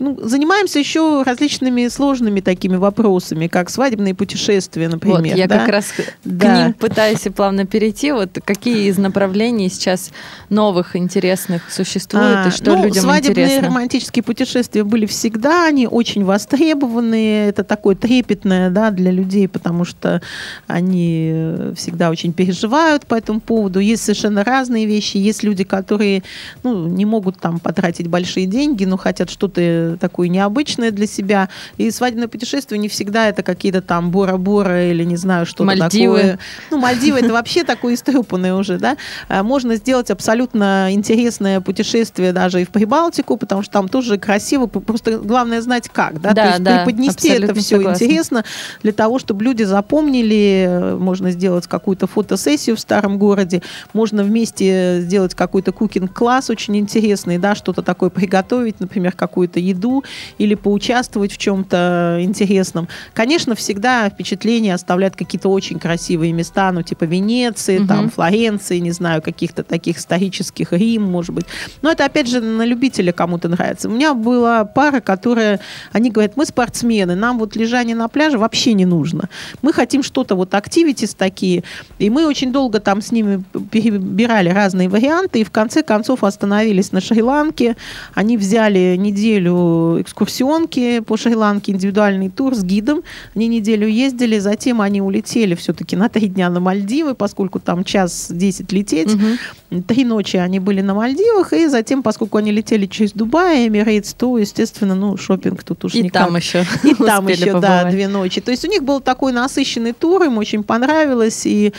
занимаемся еще различными сложными такими вопросами, как свадебные путешествия, например. Вот, я как раз к ним пытаюсь плавно перейти. Вот какие из направлений сейчас новых, интересных существует, и что людям свадебные интересно? Романтические путешествия были всегда, они очень востребованы, это такое трепетное, да, для людей, потому что они всегда очень переживают по этому поводу. Есть совершенно разные вещи, есть люди, которые не могут там потратить большие деньги, но хотят что-то такое необычное для себя. И свадебное путешествие не всегда это какие-то там Бора-Бора или не знаю, что-то Мальдивы. такое. Мальдивы это вообще такое истрепанное уже, да. Можно сделать абсолютно интересное путешествие даже и в Прибалтику, потому что там тоже красиво, просто главное знать как, да, то есть преподнести это все интересно для того, чтобы люди запомнили. Можно сделать какую-то фотосессию в старом городе, можно вместе сделать какой-то кукинг-класс очень интересный, да, что-то такое приготовить, например, какую-то еду или поучаствовать в чем-то интересном. Конечно, всегда впечатление оставляют какие-то очень красивые места, типа Венеции, там, Флоренции, не знаю, каких-то таких исторических, Рим, может быть. Но это, опять же, на любителя кому-то нравится. У меня была пара, они говорят, мы спортсмены, нам вот лежание на пляже вообще не нужно. Мы хотим что-то, активитис такие, и мы очень долго там с ними перебирали разные варианты, и в конце концов остановились на Шри-Ланке. Они взяли неделю экскурсионки по Шри-Ланке, индивидуальный тур с гидом. Они неделю ездили, затем они улетели все-таки на 3 дня на Мальдивы, поскольку там час 10 лететь. 3 ночи они были на Мальдивах, и затем, поскольку они летели через Дубай, Эмирейтс, то, естественно, шопинг тут уж никак. И там еще, да, 2 ночи. То есть у них был такой насыщенный тур, им очень понравилось, и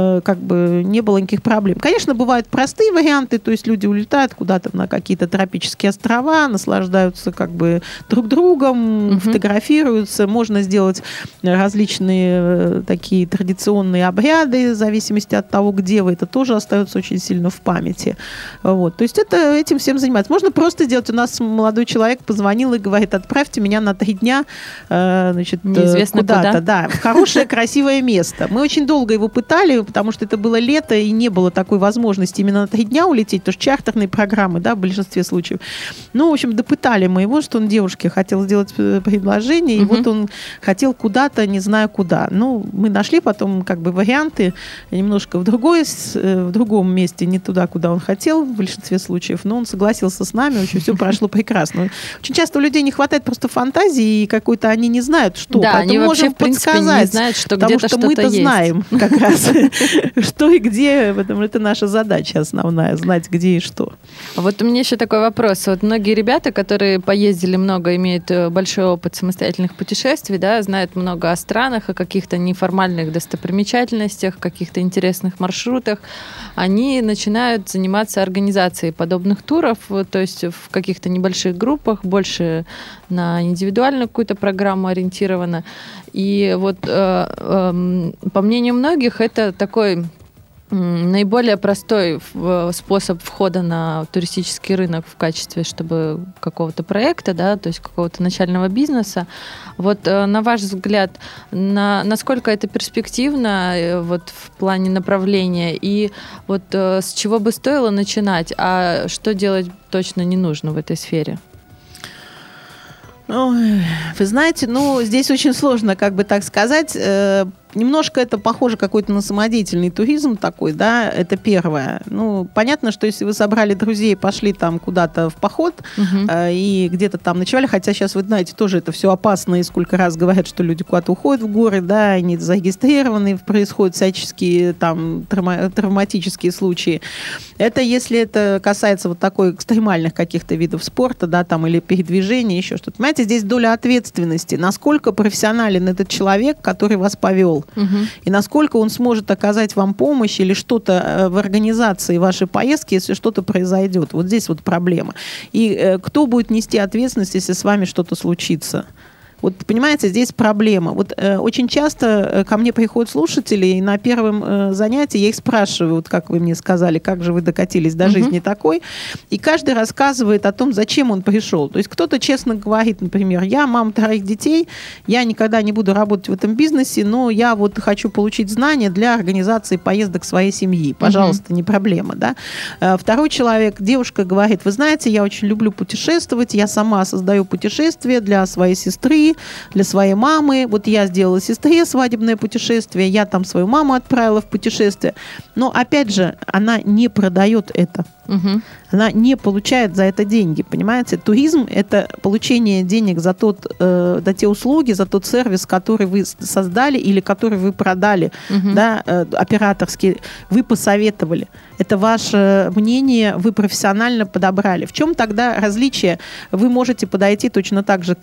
не было никаких проблем. Конечно, бывают простые варианты, то есть люди улетают куда-то на какие-то тропические острова, наслаждаются друг другом, фотографируются. Можно сделать различные такие традиционные обряды, в зависимости от того, где вы. Это тоже остается очень сильно в памяти. То есть этим всем заниматься. Можно просто сделать. У нас молодой человек позвонил и говорит, отправьте меня на 3 дня неизвестно куда-то. Да, в хорошее, красивое место. Мы очень долго его пытали, потому что это было лето, и не было такой возможности именно на 3 дня улететь, потому что чартерные программы, да, в большинстве случаев. В общем, допытали мы его, что он девушке хотел сделать предложение, и вот он хотел куда-то, не знаю куда. Мы нашли потом варианты немножко в другом месте, не туда, куда он хотел в большинстве случаев, но он согласился с нами, очень все прошло прекрасно. Очень часто у людей не хватает просто фантазии, и какой-то они не знают, что. Да, поэтому они можем вообще, в принципе, подсказать, не знают, что потому где-то что что-то мы-то есть. знаем как раз, что и где, потому что это наша задача основная, знать, где и что. Вот у меня еще такой вопрос. Вот многие ребята, которые поездили много, имеют большой опыт самостоятельных путешествий, да, знают много о странах, о каких-то неформальных достопримечательностях, каких-то интересных маршрутах, они начинают заниматься организацией подобных туров, то есть в каких-то небольших группах, больше на индивидуальную какую-то программу ориентировано. И по мнению многих, это такой наиболее простой способ входа на туристический рынок в качестве, чтобы какого-то проекта, да, то есть какого-то начального бизнеса. На ваш взгляд, насколько это перспективно в плане направления, и с чего бы стоило начинать, а что делать точно не нужно в этой сфере? Ой, вы знаете, здесь очень сложно, так сказать. Немножко это похоже какой-то на самодеятельный туризм такой, да, это первое. Понятно, что если вы собрали друзей, пошли там куда-то в поход и где-то там ночевали, хотя сейчас, вы знаете, тоже это все опасно, и сколько раз говорят, что люди куда-то уходят в горы, да, они зарегистрированы, происходят всяческие там травматические случаи. Это если это касается такой экстремальных каких-то видов спорта, да, там, или передвижения, еще что-то. Понимаете, здесь доля ответственности. Насколько профессионален этот человек, который вас повел, и насколько он сможет оказать вам помощь или что-то в организации вашей поездки, если что-то произойдет. Вот здесь проблема. И кто будет нести ответственность, если с вами что-то случится? Вот, понимаете, здесь проблема. Вот очень часто ко мне приходят слушатели, и на первом занятии я их спрашиваю, вот как вы мне сказали, как же вы докатились до жизни такой, и каждый рассказывает о том, зачем он пришел. То есть кто-то честно говорит, например, я мама 2 детей, я никогда не буду работать в этом бизнесе, но я вот хочу получить знания для организации поездок своей семьи. Пожалуйста, не проблема, да. Второй человек, девушка говорит, вы знаете, я очень люблю путешествовать, я сама создаю путешествия для своей сестры, для своей мамы. Вот я сделала сестре свадебное путешествие, я там свою маму отправила в путешествие. Но, опять же, она не продает это. Она не получает за это деньги, понимаете? Туризм – это получение денег за те услуги, за тот сервис, который вы создали или который вы продали, да, операторский, вы посоветовали. Это ваше мнение, вы профессионально подобрали. В чем тогда различие? Вы можете подойти точно так же к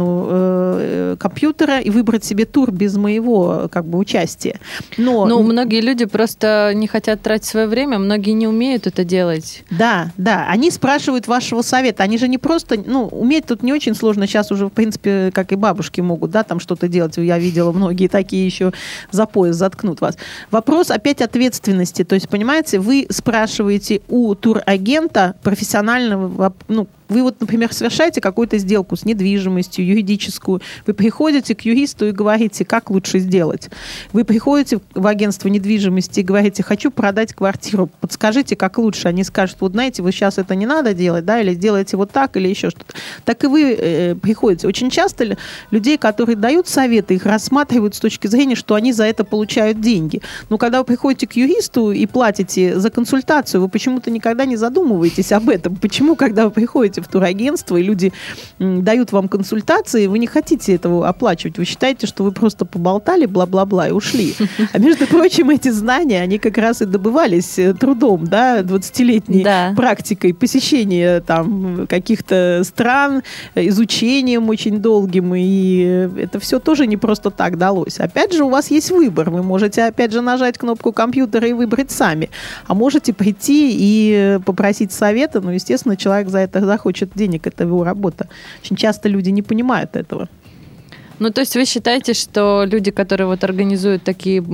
экрану компьютера и выбрать себе тур без моего участия. Но многие люди просто не хотят тратить свое время, многие не умеют это делать. Да, они спрашивают вашего совета. Они же не просто, уметь тут не очень сложно. Сейчас уже, в принципе, как и бабушки могут, да, там что-то делать. Я видела, многие такие еще за пояс заткнут вас. Вопрос опять ответственности. То есть, понимаете, вы спрашиваете у турагента профессионального, вы вот, например, совершаете какую-то сделку с недвижимостью, юридическую. Вы приходите к юристу и говорите, как лучше сделать. Вы приходите в агентство недвижимости и говорите, хочу продать квартиру, подскажите, как лучше. Они скажут, вот знаете, вы сейчас это не надо делать, да, или сделайте вот так, или еще что-то. Так и вы приходите. Очень часто людей, которые дают советы, их рассматривают с точки зрения, что они за это получают деньги. Но когда вы приходите к юристу и платите за консультацию, вы почему-то никогда не задумываетесь об этом. Почему, когда вы приходите в турагентство, и люди дают вам консультации, вы не хотите этого оплачивать. Вы считаете, что вы просто поболтали, бла-бла-бла, и ушли. А между прочим, эти знания, они как раз и добывались трудом, да, 20-летней практикой посещения там каких-то стран, изучением очень долгим, и это все тоже не просто так далось. Опять же, у вас есть выбор. Вы можете, опять же, нажать кнопку компьютера и выбрать сами. А можете прийти и попросить совета, естественно, человек за это захочет денег, это его работа. Очень часто люди не понимают этого. То есть вы считаете, что люди, которые вот организуют такие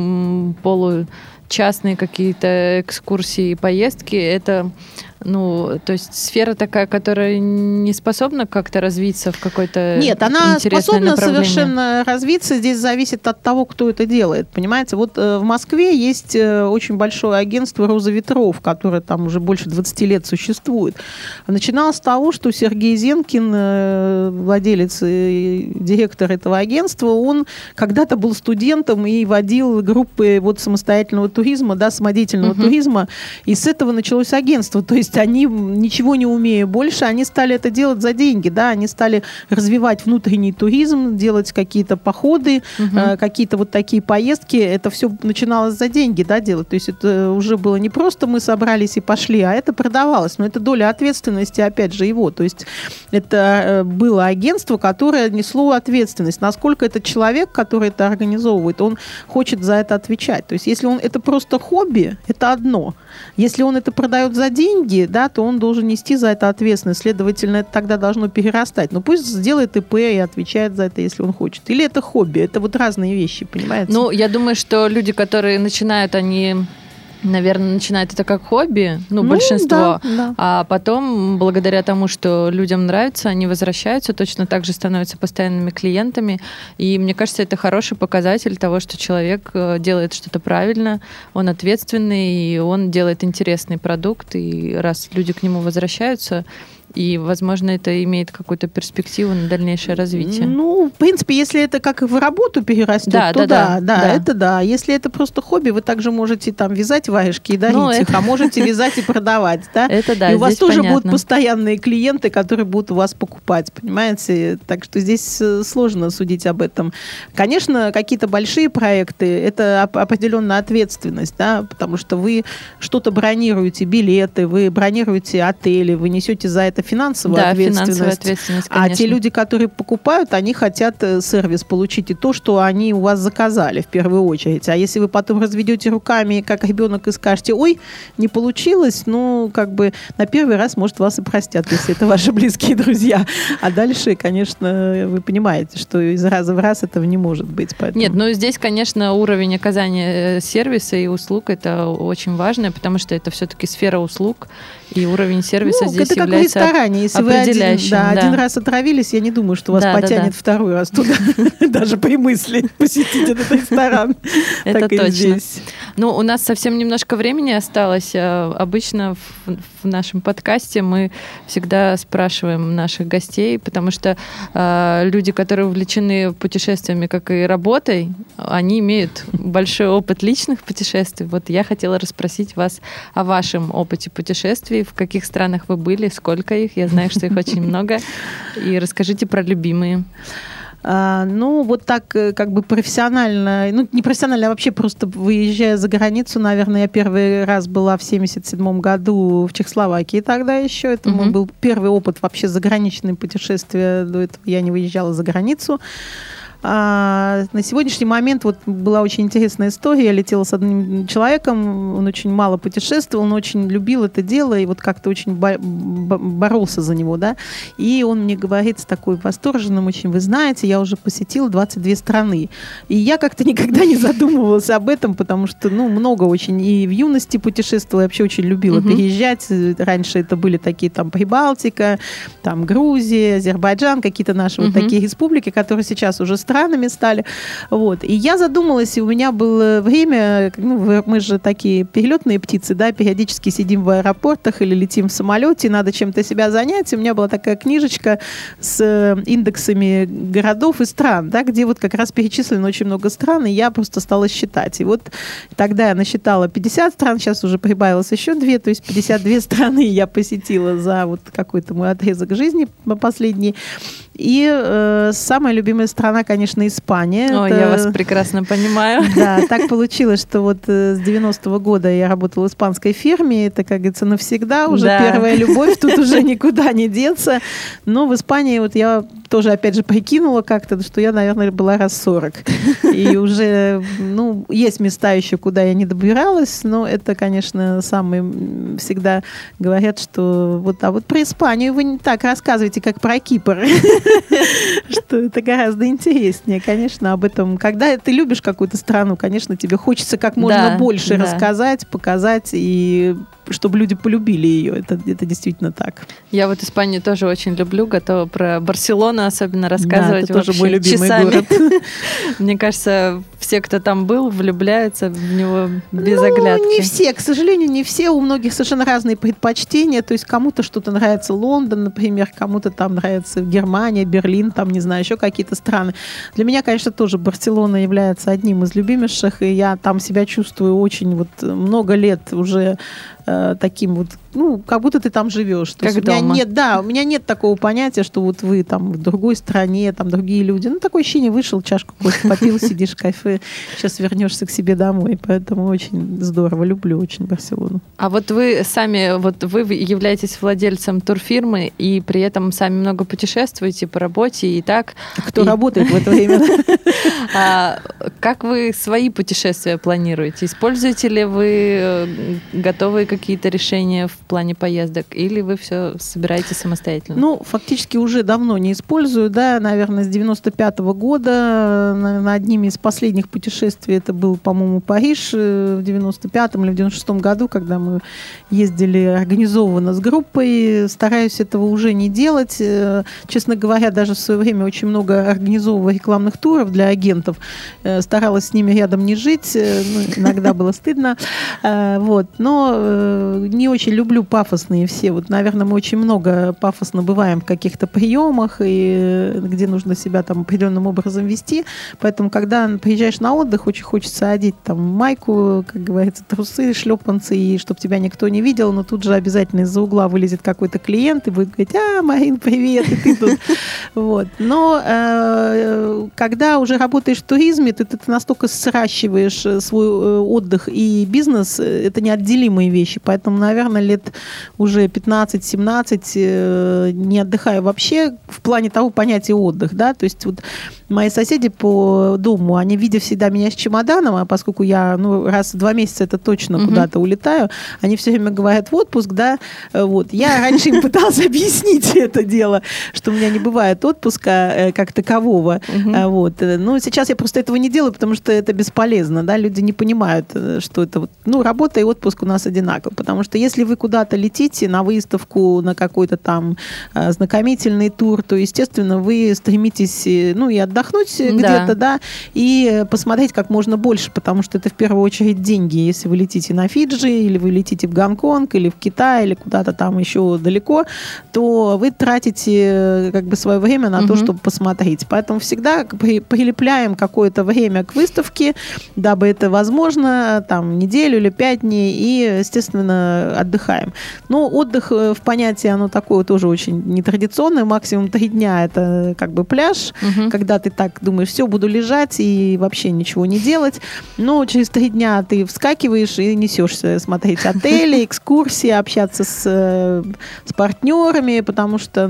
получастные какие-то экскурсии и поездки, это, то есть сфера такая, которая не способна как-то развиться в какое-то Нет, она способна совершенно развиться. Здесь зависит от того, кто это делает. Понимаете, вот в Москве есть очень большое агентство «Роза ветров», которое там уже больше 20 лет существует. Начиналось с того, что Сергей Зенкин, владелец и директор этого агентства, он когда-то был студентом и водил группы самостоятельного туризма, да, самодеятельного туризма, и с этого началось агентство. То есть они, ничего не умея больше, они стали это делать за деньги, да, они стали развивать внутренний туризм, делать какие-то походы, какие-то вот такие поездки, это все начиналось за деньги, да, делать, то есть это уже было не просто мы собрались и пошли, а это продавалось, но это доля ответственности, опять же, его, то есть это было агентство, которое несло ответственность, насколько этот человек, который это организовывает, он хочет за это отвечать, то есть если он это просто хобби, это одно, если он это продает за деньги, да, то он должен нести за это ответственность. Следовательно, это тогда должно перерастать. Но пусть сделает ИП и отвечает за это, если он хочет. Или это хобби. Это вот разные вещи, понимаете? Я думаю, что люди, которые начинают, они, наверное, начинают это как хобби, большинство, да. А потом, благодаря тому, что людям нравится, они возвращаются, точно так же становятся постоянными клиентами. И мне кажется, это хороший показатель того, что человек делает что-то правильно, он ответственный, и он делает интересный продукт, и раз люди к нему возвращаются, и, возможно, это имеет какую-то перспективу на дальнейшее развитие. В принципе, если это как в работу перерастет, то это да. Если это просто хобби, вы также можете там вязать варежки и дарить их, а можете вязать и продавать, да? Это да, и у вас тоже понятно. будут постоянные клиенты, которые будут у вас покупать, понимаете? Так что здесь сложно судить об этом. Конечно, какие-то большие проекты, это определенная ответственность, да, потому что вы что-то бронируете, билеты, вы бронируете отели, вы несете за это это финансовая ответственность. А те люди, которые покупают, они хотят сервис получить и то, что они у вас заказали в первую очередь. А если вы потом разведете руками, как ребенок, и скажете, ой, не получилось, ну, как бы на первый раз, может, вас и простят, если это ваши близкие друзья. А дальше, конечно, вы понимаете, что из раза в раз этого не может быть. Поэтому... Нет, ну здесь, конечно, уровень оказания сервиса и услуг это очень важно, потому что это все-таки сфера услуг, и уровень сервиса здесь это является определяющим. Если вы один раз отравились, я не думаю, что вас потянет второй раз туда, даже при мысли посетить этот ресторан. Это точно. Ну, у нас совсем немножко времени осталось. Обычно в нашем подкасте мы всегда спрашиваем наших гостей, потому что люди, которые увлечены путешествиями, как и работой, они имеют большой опыт личных путешествий. Вот я хотела расспросить вас о вашем опыте путешествий, в каких странах вы были, сколько их, я знаю, что их очень много, и расскажите про любимые. Ну, вот так как бы профессионально, ну, не профессионально, а вообще просто выезжая за границу, наверное, я первый раз была в 1977 году в Чехословакии тогда еще. Это мой был первый опыт вообще заграничного путешествия. До этого я не выезжала за границу. На сегодняшний момент вот была очень интересная история. Я летела с одним человеком, он очень мало путешествовал, он очень любил это дело и вот как-то очень боролся за него, да. И он мне говорит с такой восторженным очень, вы знаете, я уже посетила 22 страны. И я как-то никогда не задумывалась об этом, потому что, ну, много очень и в юности путешествовала, я вообще очень любила переезжать. Раньше это были такие там Прибалтика, там Грузия, Азербайджан, какие-то наши вот такие республики, которые сейчас уже странами стали. Вот. И я задумалась, и у меня было время, ну, мы же такие перелетные птицы, да, периодически сидим в аэропортах или летим в самолете, надо чем-то себя занять. И у меня была такая книжечка с индексами городов и стран, да, где вот как раз перечислено очень много стран, и я просто стала считать. И вот тогда я насчитала 50 стран, сейчас уже прибавилось еще 2, то есть 52 страны я посетила за вот какой-то мой отрезок жизни последний. И самая любимая страна, конечно, Испания. Ой, я вас прекрасно понимаю. Да, так получилось, что вот с 90-го года я работала в испанской фирме. Это, как говорится, навсегда уже первая любовь, тут уже никуда не деться. Но в Испании вот я тоже, опять же, прикинула как-то, что я, наверное, была раз 40. И уже, ну, есть места еще, куда я не добиралась, но это, конечно, самые всегда говорят, что вот, а вот про Испанию вы не так рассказываете, как про Кипр. Что это гораздо интереснее, конечно, об этом. Когда ты любишь какую-то страну, конечно, тебе хочется как можно больше рассказать, показать, и чтобы люди полюбили ее. Это действительно так. Я вот Испанию тоже очень люблю, готова про Барселону особенно рассказывать. Да, это тоже мой любимый город. Мне кажется, все, кто там был, влюбляются в него без оглядки. Не все, к сожалению, не все. У многих совершенно разные предпочтения. То есть кому-то что-то нравится Лондон, например, кому-то там нравится Германия, Берлин, там, не знаю, еще какие-то страны. Для меня, конечно, тоже Барселона является одним из любимейших, и я там себя чувствую очень вот много лет уже таким вот, ну, как будто ты там живешь. Как у меня нет такого понятия, что вот вы там в другой стране, там другие люди. Ну, такое ощущение, вышел, чашку кофе попил, сидишь в кафе, сейчас вернешься к себе домой. Поэтому очень здорово, люблю очень Барселону. А вот вы сами, вот вы являетесь владельцем турфирмы и при этом сами много путешествуете по работе и так. Кто работает в это время? Как вы свои путешествия планируете? Используете ли вы готовые какие-то решения в плане поездок, или вы все собираете самостоятельно? Ну, фактически уже давно не использую, да, наверное, с 95-го года. На одними из последних путешествий это был, по-моему, Париж в 95-м или в 96-м году, когда мы ездили организованно с группой. Стараюсь этого уже не делать. Честно говоря, даже в свое время очень много организовывала рекламных туров для агентов. Старалась с ними рядом не жить. Иногда было стыдно. Вот. Но не очень люблю пафосные все. Вот, наверное, мы очень много пафосно бываем в каких-то приемах, и где нужно себя там определенным образом вести. Поэтому, когда приезжаешь на отдых, очень хочется одеть там майку, как говорится, трусы, шлепанцы, и чтобы тебя никто не видел, но тут же обязательно из-за угла вылезет какой-то клиент и будет говорить: Марин, привет, и ты тут. Вот. Но когда уже работаешь в туризме, ты настолько сращиваешь свой отдых и бизнес, это неотделимые вещи. ночи. Поэтому, наверное, лет уже 15-17 не отдыхаю вообще в плане того понятия отдых, да, то есть вот мои соседи по дому, они видят всегда меня с чемоданом, а поскольку я, раз в 2 месяца это точно куда-то улетаю, они все время говорят в отпуск, да, вот. Я раньше им пыталась объяснить это дело, что у меня не бывает отпуска как такового, вот. Но сейчас я просто этого не делаю, потому что это бесполезно, да, люди не понимают, что это вот, работа и отпуск у нас одинаково, потому что если вы куда-то летите на выставку, на какой-то там знакомительный тур, то, естественно, вы стремитесь, и отдохнуть где-то, да, и посмотреть как можно больше, потому что это в первую очередь деньги. Если вы летите на Фиджи, или вы летите в Гонконг, или в Китай, или куда-то там еще далеко, то вы тратите как бы свое время на то, чтобы посмотреть. Поэтому всегда прилепляем какое-то время к выставке, дабы это возможно, там, неделю или 5 дней, и, естественно, отдыхаем. Но отдых в понятии, оно такое тоже очень нетрадиционное, максимум 3 дня это как бы пляж, когда ты так думаешь, все, буду лежать и вообще ничего не делать, но через 3 дня ты вскакиваешь и несешься смотреть отели, экскурсии, общаться с партнерами, потому что,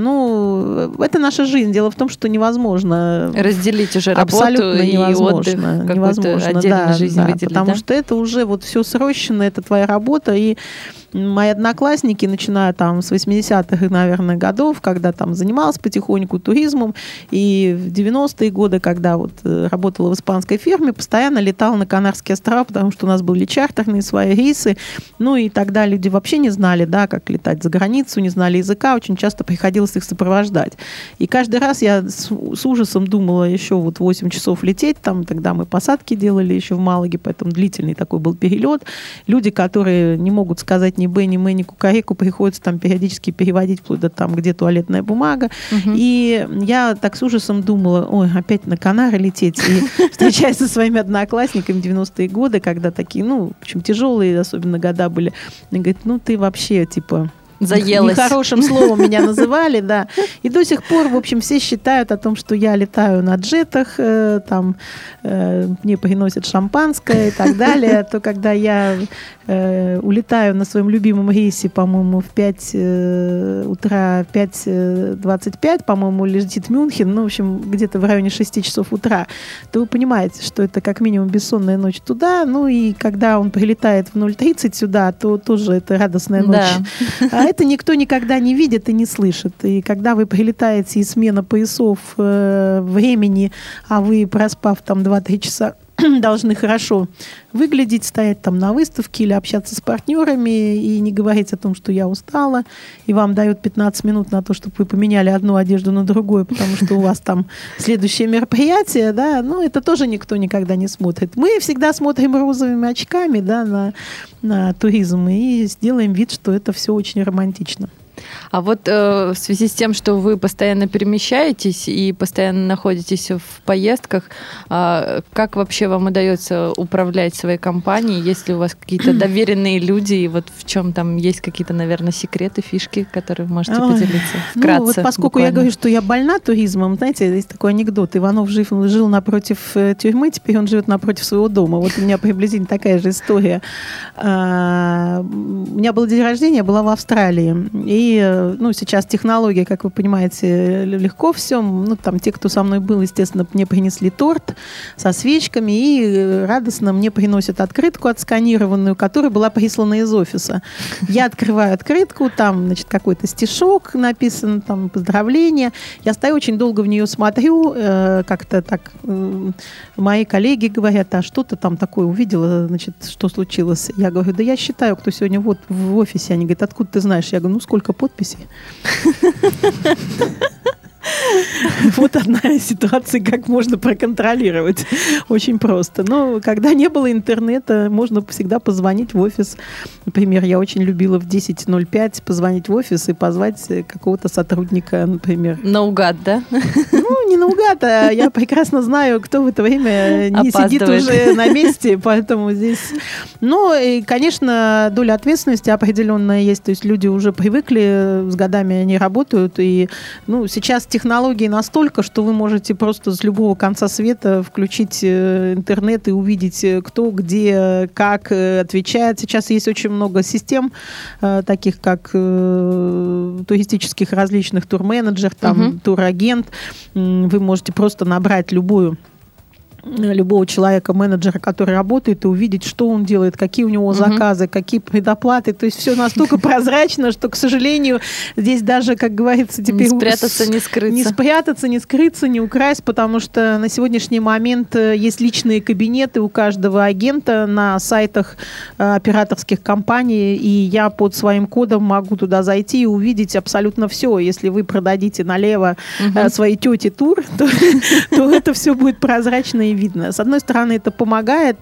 это наша жизнь. Дело в том, что невозможно разделить уже работу и отдых, какую-то отдельную жизнь выделить, потому что это уже вот все срощено, это твоя работа, и мои одноклассники, начиная там с 80-х, наверное, годов, когда там занималась потихоньку туризмом, и в 90-е годы, когда вот работала в испанской фирме, постоянно летала на Канарские острова, потому что у нас были чартерные свои рейсы, и тогда люди вообще не знали, да, как летать за границу, не знали языка, очень часто приходилось их сопровождать. И каждый раз я с ужасом думала еще вот 8 часов лететь, там тогда мы посадки делали еще в Малаге, поэтому длительный такой был перелет. Люди, которые не могут сказать ни Б, ни Мэ, ни Кукареку, приходится там периодически переводить вплоть до там, где туалетная бумага. И я так с ужасом думала, ой, опять на Канары лететь. И встречаясь со своими одноклассниками в 90-е годы, когда такие, в общем, тяжелые особенно года были, они говорят, ты вообще, типа... Заелась. Нехорошим словом меня называли, да. И до сих пор, в общем, все считают о том, что я летаю на джетах, там мне приносят шампанское и так далее. То, когда я улетаю на своем любимом рейсе, по-моему, в 5 утра, 5:25, по-моему, летит Мюнхен, в общем, где-то в районе 6 часов утра, то вы понимаете, что это как минимум бессонная ночь туда, и когда он прилетает в 0:30 сюда, то тоже это радостная ночь. Да. Это никто никогда не видит и не слышит. И когда вы прилетаете из смены поясов времени, а вы, проспав там 2-3 часа, должны хорошо выглядеть, стоять там на выставке или общаться с партнерами и не говорить о том, что я устала, и вам дают 15 минут на то, чтобы вы поменяли одну одежду на другую, потому что у вас там следующее мероприятие, да, это тоже никто никогда не смотрит. Мы всегда смотрим розовыми очками, да, на туризм и сделаем вид, что это все очень романтично. А вот в связи с тем, что вы постоянно перемещаетесь и постоянно находитесь в поездках, как вообще вам удается управлять своей компанией? Есть ли у вас какие-то доверенные люди? И вот в чем там есть какие-то, наверное, секреты, фишки, которые вы можете поделиться вкратце? Вот поскольку буквально. Я говорю, что я больна туризмом, знаете, есть такой анекдот. Иванов жил напротив тюрьмы, теперь он живет напротив своего дома. Вот у меня приблизительно такая же история. У меня был день рождения, я была в Австралии. И сейчас технология, как вы понимаете, легко все. Там те, кто со мной был, естественно, мне принесли торт со свечками и радостно мне приносят открытку отсканированную, которая была прислана из офиса. Я открываю открытку, там, какой-то стишок написан, там, поздравления. Я стою очень долго в нее смотрю, как-то так мои коллеги говорят, а что ты там такое увидела, что случилось? Я говорю, да я считаю, кто сегодня вот в офисе. Они говорят, откуда ты знаешь? Я говорю, сколько подписей? Вот одна из ситуаций, как можно проконтролировать. Очень просто. Но когда не было интернета, можно всегда позвонить в офис. Например, я очень любила в 10:05 позвонить в офис и позвать какого-то сотрудника, например. Наугад, да? Не наугад, а я прекрасно знаю, кто в это время не сидит уже на месте, поэтому здесь... и, конечно, доля ответственности определенная есть. То есть люди уже привыкли, с годами они работают, и сейчас интернет-технологии настолько, что вы можете просто с любого конца света включить интернет и увидеть, кто, где, как отвечает. Сейчас есть очень много систем, таких как туристических различных турменеджеров, там, турагент. Вы можете просто набрать любого человека, менеджера, который работает, и увидеть, что он делает, какие у него заказы, какие предоплаты. То есть все настолько прозрачно, что, к сожалению, здесь даже, как говорится, теперь... Не спрятаться, не скрыться. Не спрятаться, не скрыться, не украсть, потому что на сегодняшний момент есть личные кабинеты у каждого агента на сайтах операторских компаний, и я под своим кодом могу туда зайти и увидеть абсолютно все. Если вы продадите налево своей тете тур, то это все будет прозрачно и видно. С одной стороны, это помогает,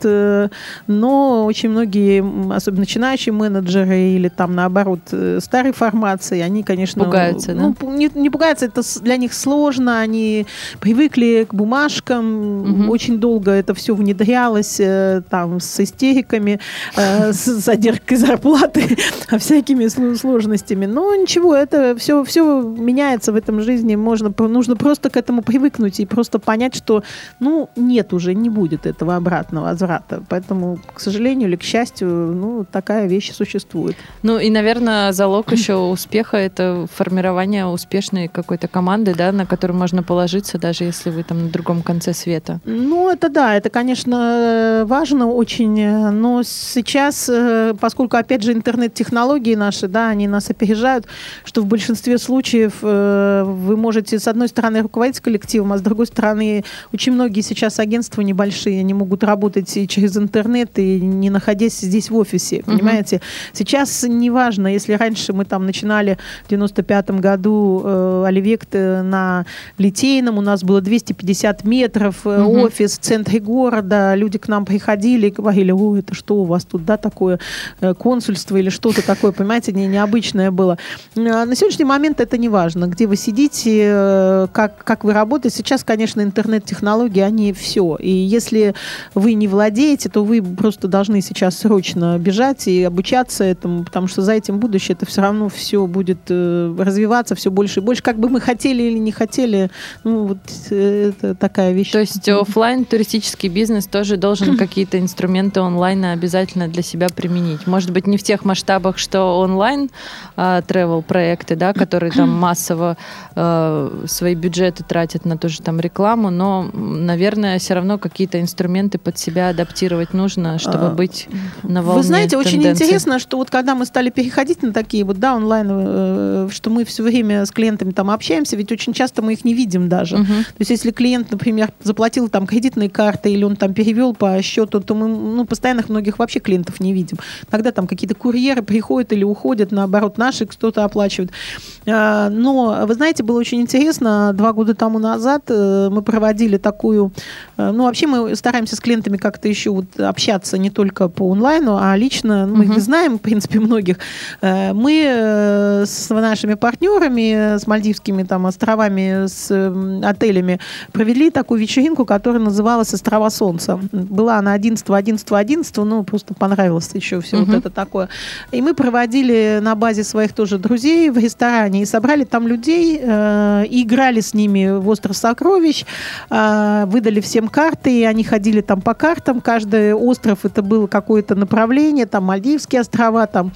но очень многие, особенно начинающие менеджеры или там, наоборот, старой формации, они, конечно... Пугаются, да? Не пугаются, это для них сложно, они привыкли к бумажкам, очень долго это все внедрялось, там, с истериками, с задержкой зарплаты, всякими сложностями. Но ничего, это все меняется в этом жизни, нужно просто к этому привыкнуть и просто понять, что, нет, уже не будет этого обратного возврата. Поэтому, к сожалению или к счастью, такая вещь существует. И, наверное, залог еще успеха — это формирование успешной какой-то команды, да, на которую можно положиться, даже если вы там на другом конце света. Это да, это, конечно, важно очень, но сейчас, поскольку, опять же, интернет-технологии наши, да, они нас опережают, что в большинстве случаев вы можете, с одной стороны, руководить коллективом, а с другой стороны, очень многие сейчас агентства небольшие, они могут работать и через интернет, и не находясь здесь в офисе, понимаете? Сейчас неважно, если раньше мы там начинали в 95-м году Оливект на Литейном, у нас было 250 метров, офис в центре города, люди к нам приходили и говорили: это что у вас тут, да, такое консульство или что-то такое, понимаете, необычное было. На сегодняшний момент это не важно, где вы сидите, как вы работаете. Сейчас, конечно, интернет-технологии, они все. И если вы не владеете, то вы просто должны сейчас срочно бежать и обучаться этому, потому что за этим будущее, это все равно все будет развиваться все больше и больше. Как бы мы хотели или не хотели, это такая вещь. То есть офлайн туристический бизнес тоже должен какие-то инструменты онлайна обязательно для себя применить. Может быть, не в тех масштабах, что онлайн travel проекты, да, которые там массово свои бюджеты тратят на ту же там рекламу, но, наверное, все равно какие-то инструменты под себя адаптировать нужно, чтобы быть на волне. Вы знаете, тенденций. очень интересно, что вот когда мы стали переходить на такие онлайн, что мы все время с клиентами там общаемся, ведь очень часто мы их не видим даже. То есть если клиент, например, заплатил там кредитные карты или он там перевел по счету, то мы постоянно многих вообще клиентов не видим. Тогда там какие-то курьеры приходят или уходят, наоборот, наши кто-то оплачивает. Но, вы знаете, было очень интересно, 2 года тому назад мы проводили такую... вообще мы стараемся с клиентами как-то еще общаться не только по онлайну, а лично. Мы их знаем, в принципе, многих. Мы с нашими партнерами, с Мальдивскими там островами, с отелями провели такую вечеринку, которая называлась «Острова Солнца». Была она 11-11-11, просто понравилось еще все вот это такое. И мы проводили на базе своих тоже друзей в ресторане и собрали там людей, и играли с ними в «Остров сокровищ», выдали всем карты, и они ходили там по картам. Каждый остров это было какое-то направление, там Мальдивские острова, там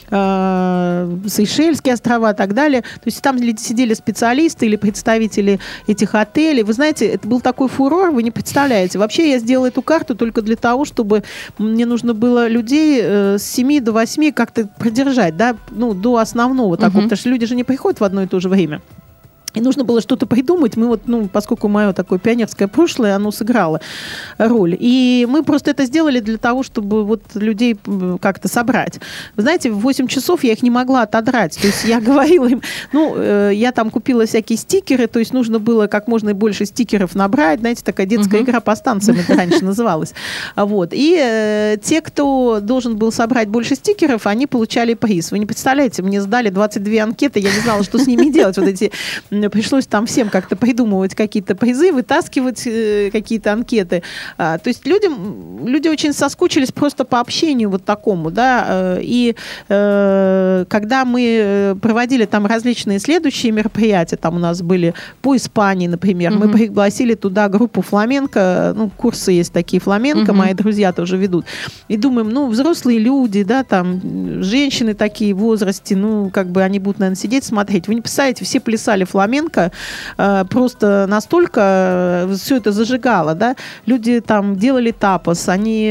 Сейшельские острова и так далее. То есть там сидели специалисты или представители этих отелей. Вы знаете, это был такой фурор, вы не представляете. Вообще я сделала эту карту только для того, чтобы мне нужно было людей с 7 до 8 как-то продержать, да, до основного такого, потому что люди же не приходят в одно и то же время. И нужно было что-то придумать. Мы поскольку мое такое пионерское прошлое, оно сыграло роль. И мы просто это сделали для того, чтобы людей как-то собрать. Вы знаете, в 8 часов я их не могла отодрать. То есть я говорила им, я там купила всякие стикеры, то есть нужно было как можно больше стикеров набрать. Знаете, такая детская игра по станциям, это раньше называлось. И те, кто должен был собрать больше стикеров, они получали приз. Вы не представляете, мне сдали 22 анкеты, я не знала, что с ними делать. Вот эти пришлось там всем как-то придумывать какие-то призы, вытаскивать какие-то анкеты. То есть люди очень соскучились просто по общению вот такому, да, и когда мы проводили там различные следующие мероприятия, там у нас были по Испании, например, мы пригласили туда группу фламенко, ну, курсы есть такие фламенко, мои друзья тоже ведут, и думаем, ну, взрослые люди, да, там, женщины такие в возрасте, ну, как бы они будут, наверное, сидеть, смотреть. Вы не представляете, все плясали фламенко, просто настолько все это зажигало, да, люди там делали тапос, они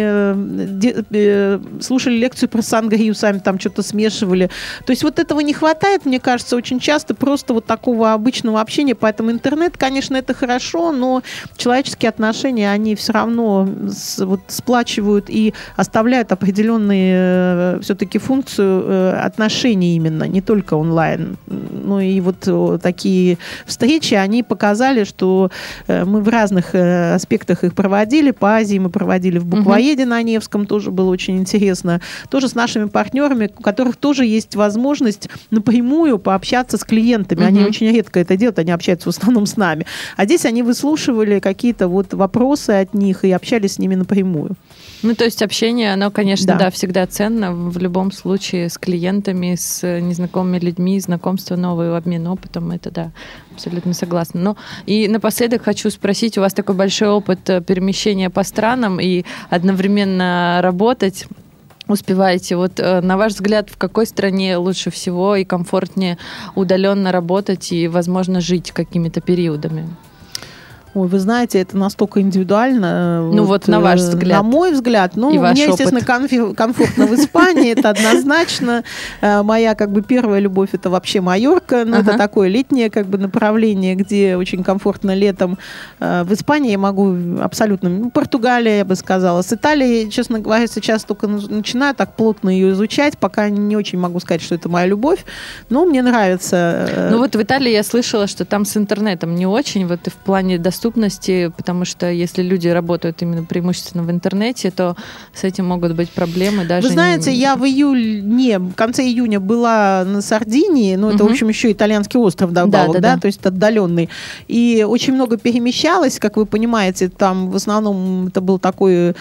слушали лекцию про сангрию, сами там что-то смешивали. То есть вот этого не хватает, мне кажется, очень часто просто вот такого обычного общения, поэтому интернет, конечно, это хорошо, но человеческие отношения, они все равно вот сплачивают и оставляют определенные все-таки функцию отношений именно, не только онлайн. Ну и вот такие встречи, они показали, что мы в разных аспектах их проводили. По Азии мы проводили в Буквоеде на Невском, тоже было очень интересно. Тоже с нашими партнерами, у которых тоже есть возможность напрямую пообщаться с клиентами. Они очень редко это делают, они общаются в основном с нами. А здесь они выслушивали какие-то вот вопросы от них и общались с ними напрямую. Ну, то есть общение, оно, конечно, да, всегда ценно в любом случае с клиентами, с незнакомыми людьми, знакомство новое, обмен опытом, это да, абсолютно согласна. Ну, и напоследок хочу спросить, у вас такой большой опыт перемещения по странам и одновременно работать, успеваете. Вот на ваш взгляд, в какой стране лучше всего и комфортнее удаленно работать и, возможно, жить какими-то периодами? Ой, вы знаете, это настолько индивидуально. Ну вот на ваш взгляд. На мой взгляд. Ну, мне, естественно, комфортно в Испании, это однозначно. Моя как бы первая любовь — это вообще Майорка. Но это такое летнее как бы направление, где очень комфортно летом. В Испании я могу абсолютно... Ну, Португалия, я бы сказала. С Италией, честно говоря, сейчас только начинаю так плотно ее изучать. Пока не очень могу сказать, что это моя любовь. Но мне нравится. Ну вот в Италии я слышала, что там с интернетом не очень. Вот и в плане доступности, потому что если люди работают именно преимущественно в интернете, то с этим могут быть проблемы. Даже вы знаете, я в конце июня была на Сардинии, ну, это, в общем, еще итальянский остров добавок, да, то есть отдаленный, и очень много перемещалась, как вы понимаете, там в основном это был такой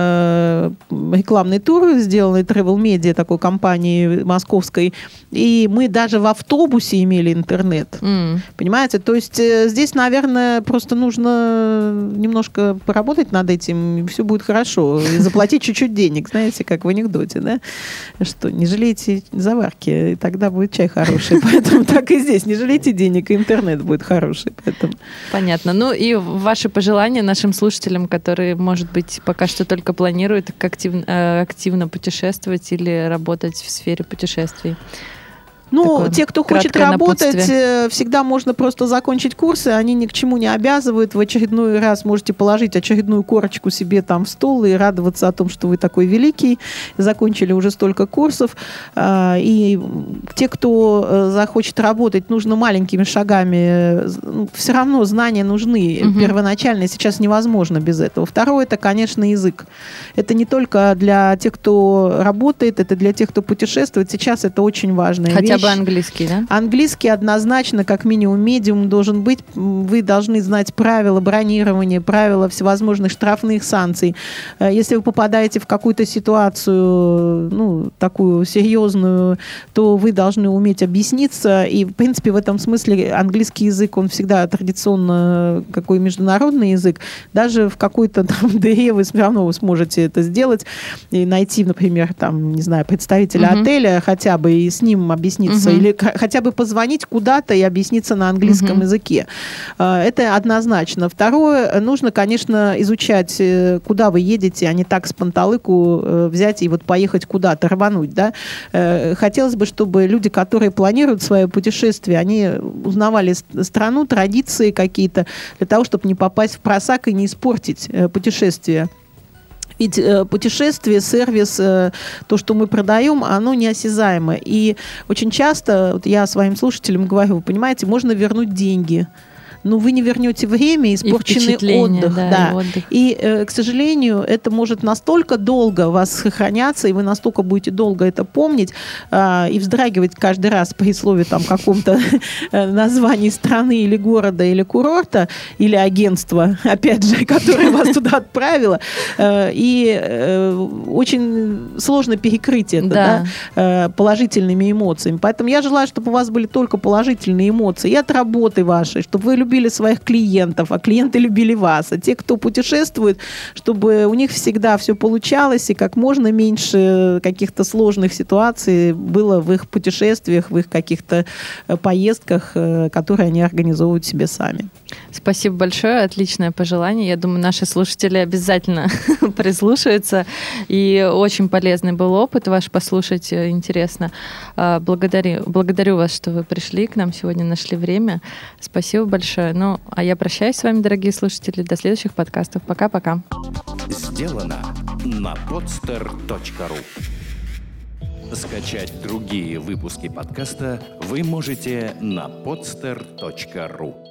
рекламный тур, сделанный Travel Media, такой компании московской, и мы даже в автобусе имели интернет, понимаете, то есть здесь, наверное, просто нужно немножко поработать над этим, и все будет хорошо. И заплатить чуть-чуть денег, знаете, как в анекдоте, да? Что, не жалейте заварки, и тогда будет чай хороший. Поэтому так и здесь. Не жалейте денег, и интернет будет хороший. Поэтому... Понятно. Ну и ваши пожелания нашим слушателям, которые, может быть, пока что только планируют активно путешествовать или работать в сфере путешествий? Ну, такое те, кто хочет работать, всегда можно просто закончить курсы, они ни к чему не обязывают. В очередной раз можете положить очередную корочку себе там в стол и радоваться о том, что вы такой великий, закончили уже столько курсов. И те, кто захочет работать, нужно маленькими шагами. Все равно знания нужны первоначально, сейчас невозможно без этого. Второе, это, конечно, язык. Это не только для тех, кто работает, это для тех, кто путешествует. Сейчас это очень важная вещь. Хотя бы английский, да? Английский однозначно, как минимум, медиум должен быть. Вы должны знать правила бронирования, правила всевозможных штрафных санкций. Если вы попадаете в какую-то ситуацию, ну, такую серьезную, то вы должны уметь объясниться. И, в принципе, в этом смысле английский язык, он всегда традиционно какой международный язык. Даже в какой-то там дыре вы все равно сможете это сделать и найти, например, там, не знаю, представителя отеля хотя бы и с ним объясниться. Или хотя бы позвонить куда-то и объясниться на английском языке. Это однозначно. Второе, нужно, конечно, изучать, куда вы едете, а не так с панталыку взять и вот поехать куда-то, рвануть. Да? Хотелось бы, чтобы люди, которые планируют свое путешествие, они узнавали страну, традиции какие-то, для того, чтобы не попасть в просак и не испортить путешествие. Ведь путешествие, сервис, то, что мы продаем, оно неосязаемо. И очень часто, вот я своим слушателям говорю, вы понимаете, можно вернуть деньги. вы не вернете время, испорченный отдых. Да. И, к сожалению, это может настолько долго вас сохраняться, и вы настолько будете долго это помнить и вздрагивать каждый раз при слове там каком-то названии страны или города, или курорта, или агентства, опять же, которое вас туда отправило. И очень сложно перекрыть это положительными эмоциями. Поэтому я желаю, чтобы у вас были только положительные эмоции и от работы вашей, чтобы вы любили своих клиентов, а клиенты любили вас. А те, кто путешествует, чтобы у них всегда все получалось и как можно меньше каких-то сложных ситуаций было в их путешествиях, в их каких-то поездках, которые они организовывают себе сами. Спасибо большое, отличное пожелание. Я думаю, наши слушатели обязательно прислушаются. И очень полезный был опыт ваш послушать, интересно. Благодарю вас, что вы пришли к нам сегодня, нашли время. Спасибо большое. Ну, а я прощаюсь с вами, дорогие слушатели. До следующих подкастов. Пока-пока. Сделано на podster.ru. Скачать другие выпуски подкаста вы можете на podster.ru.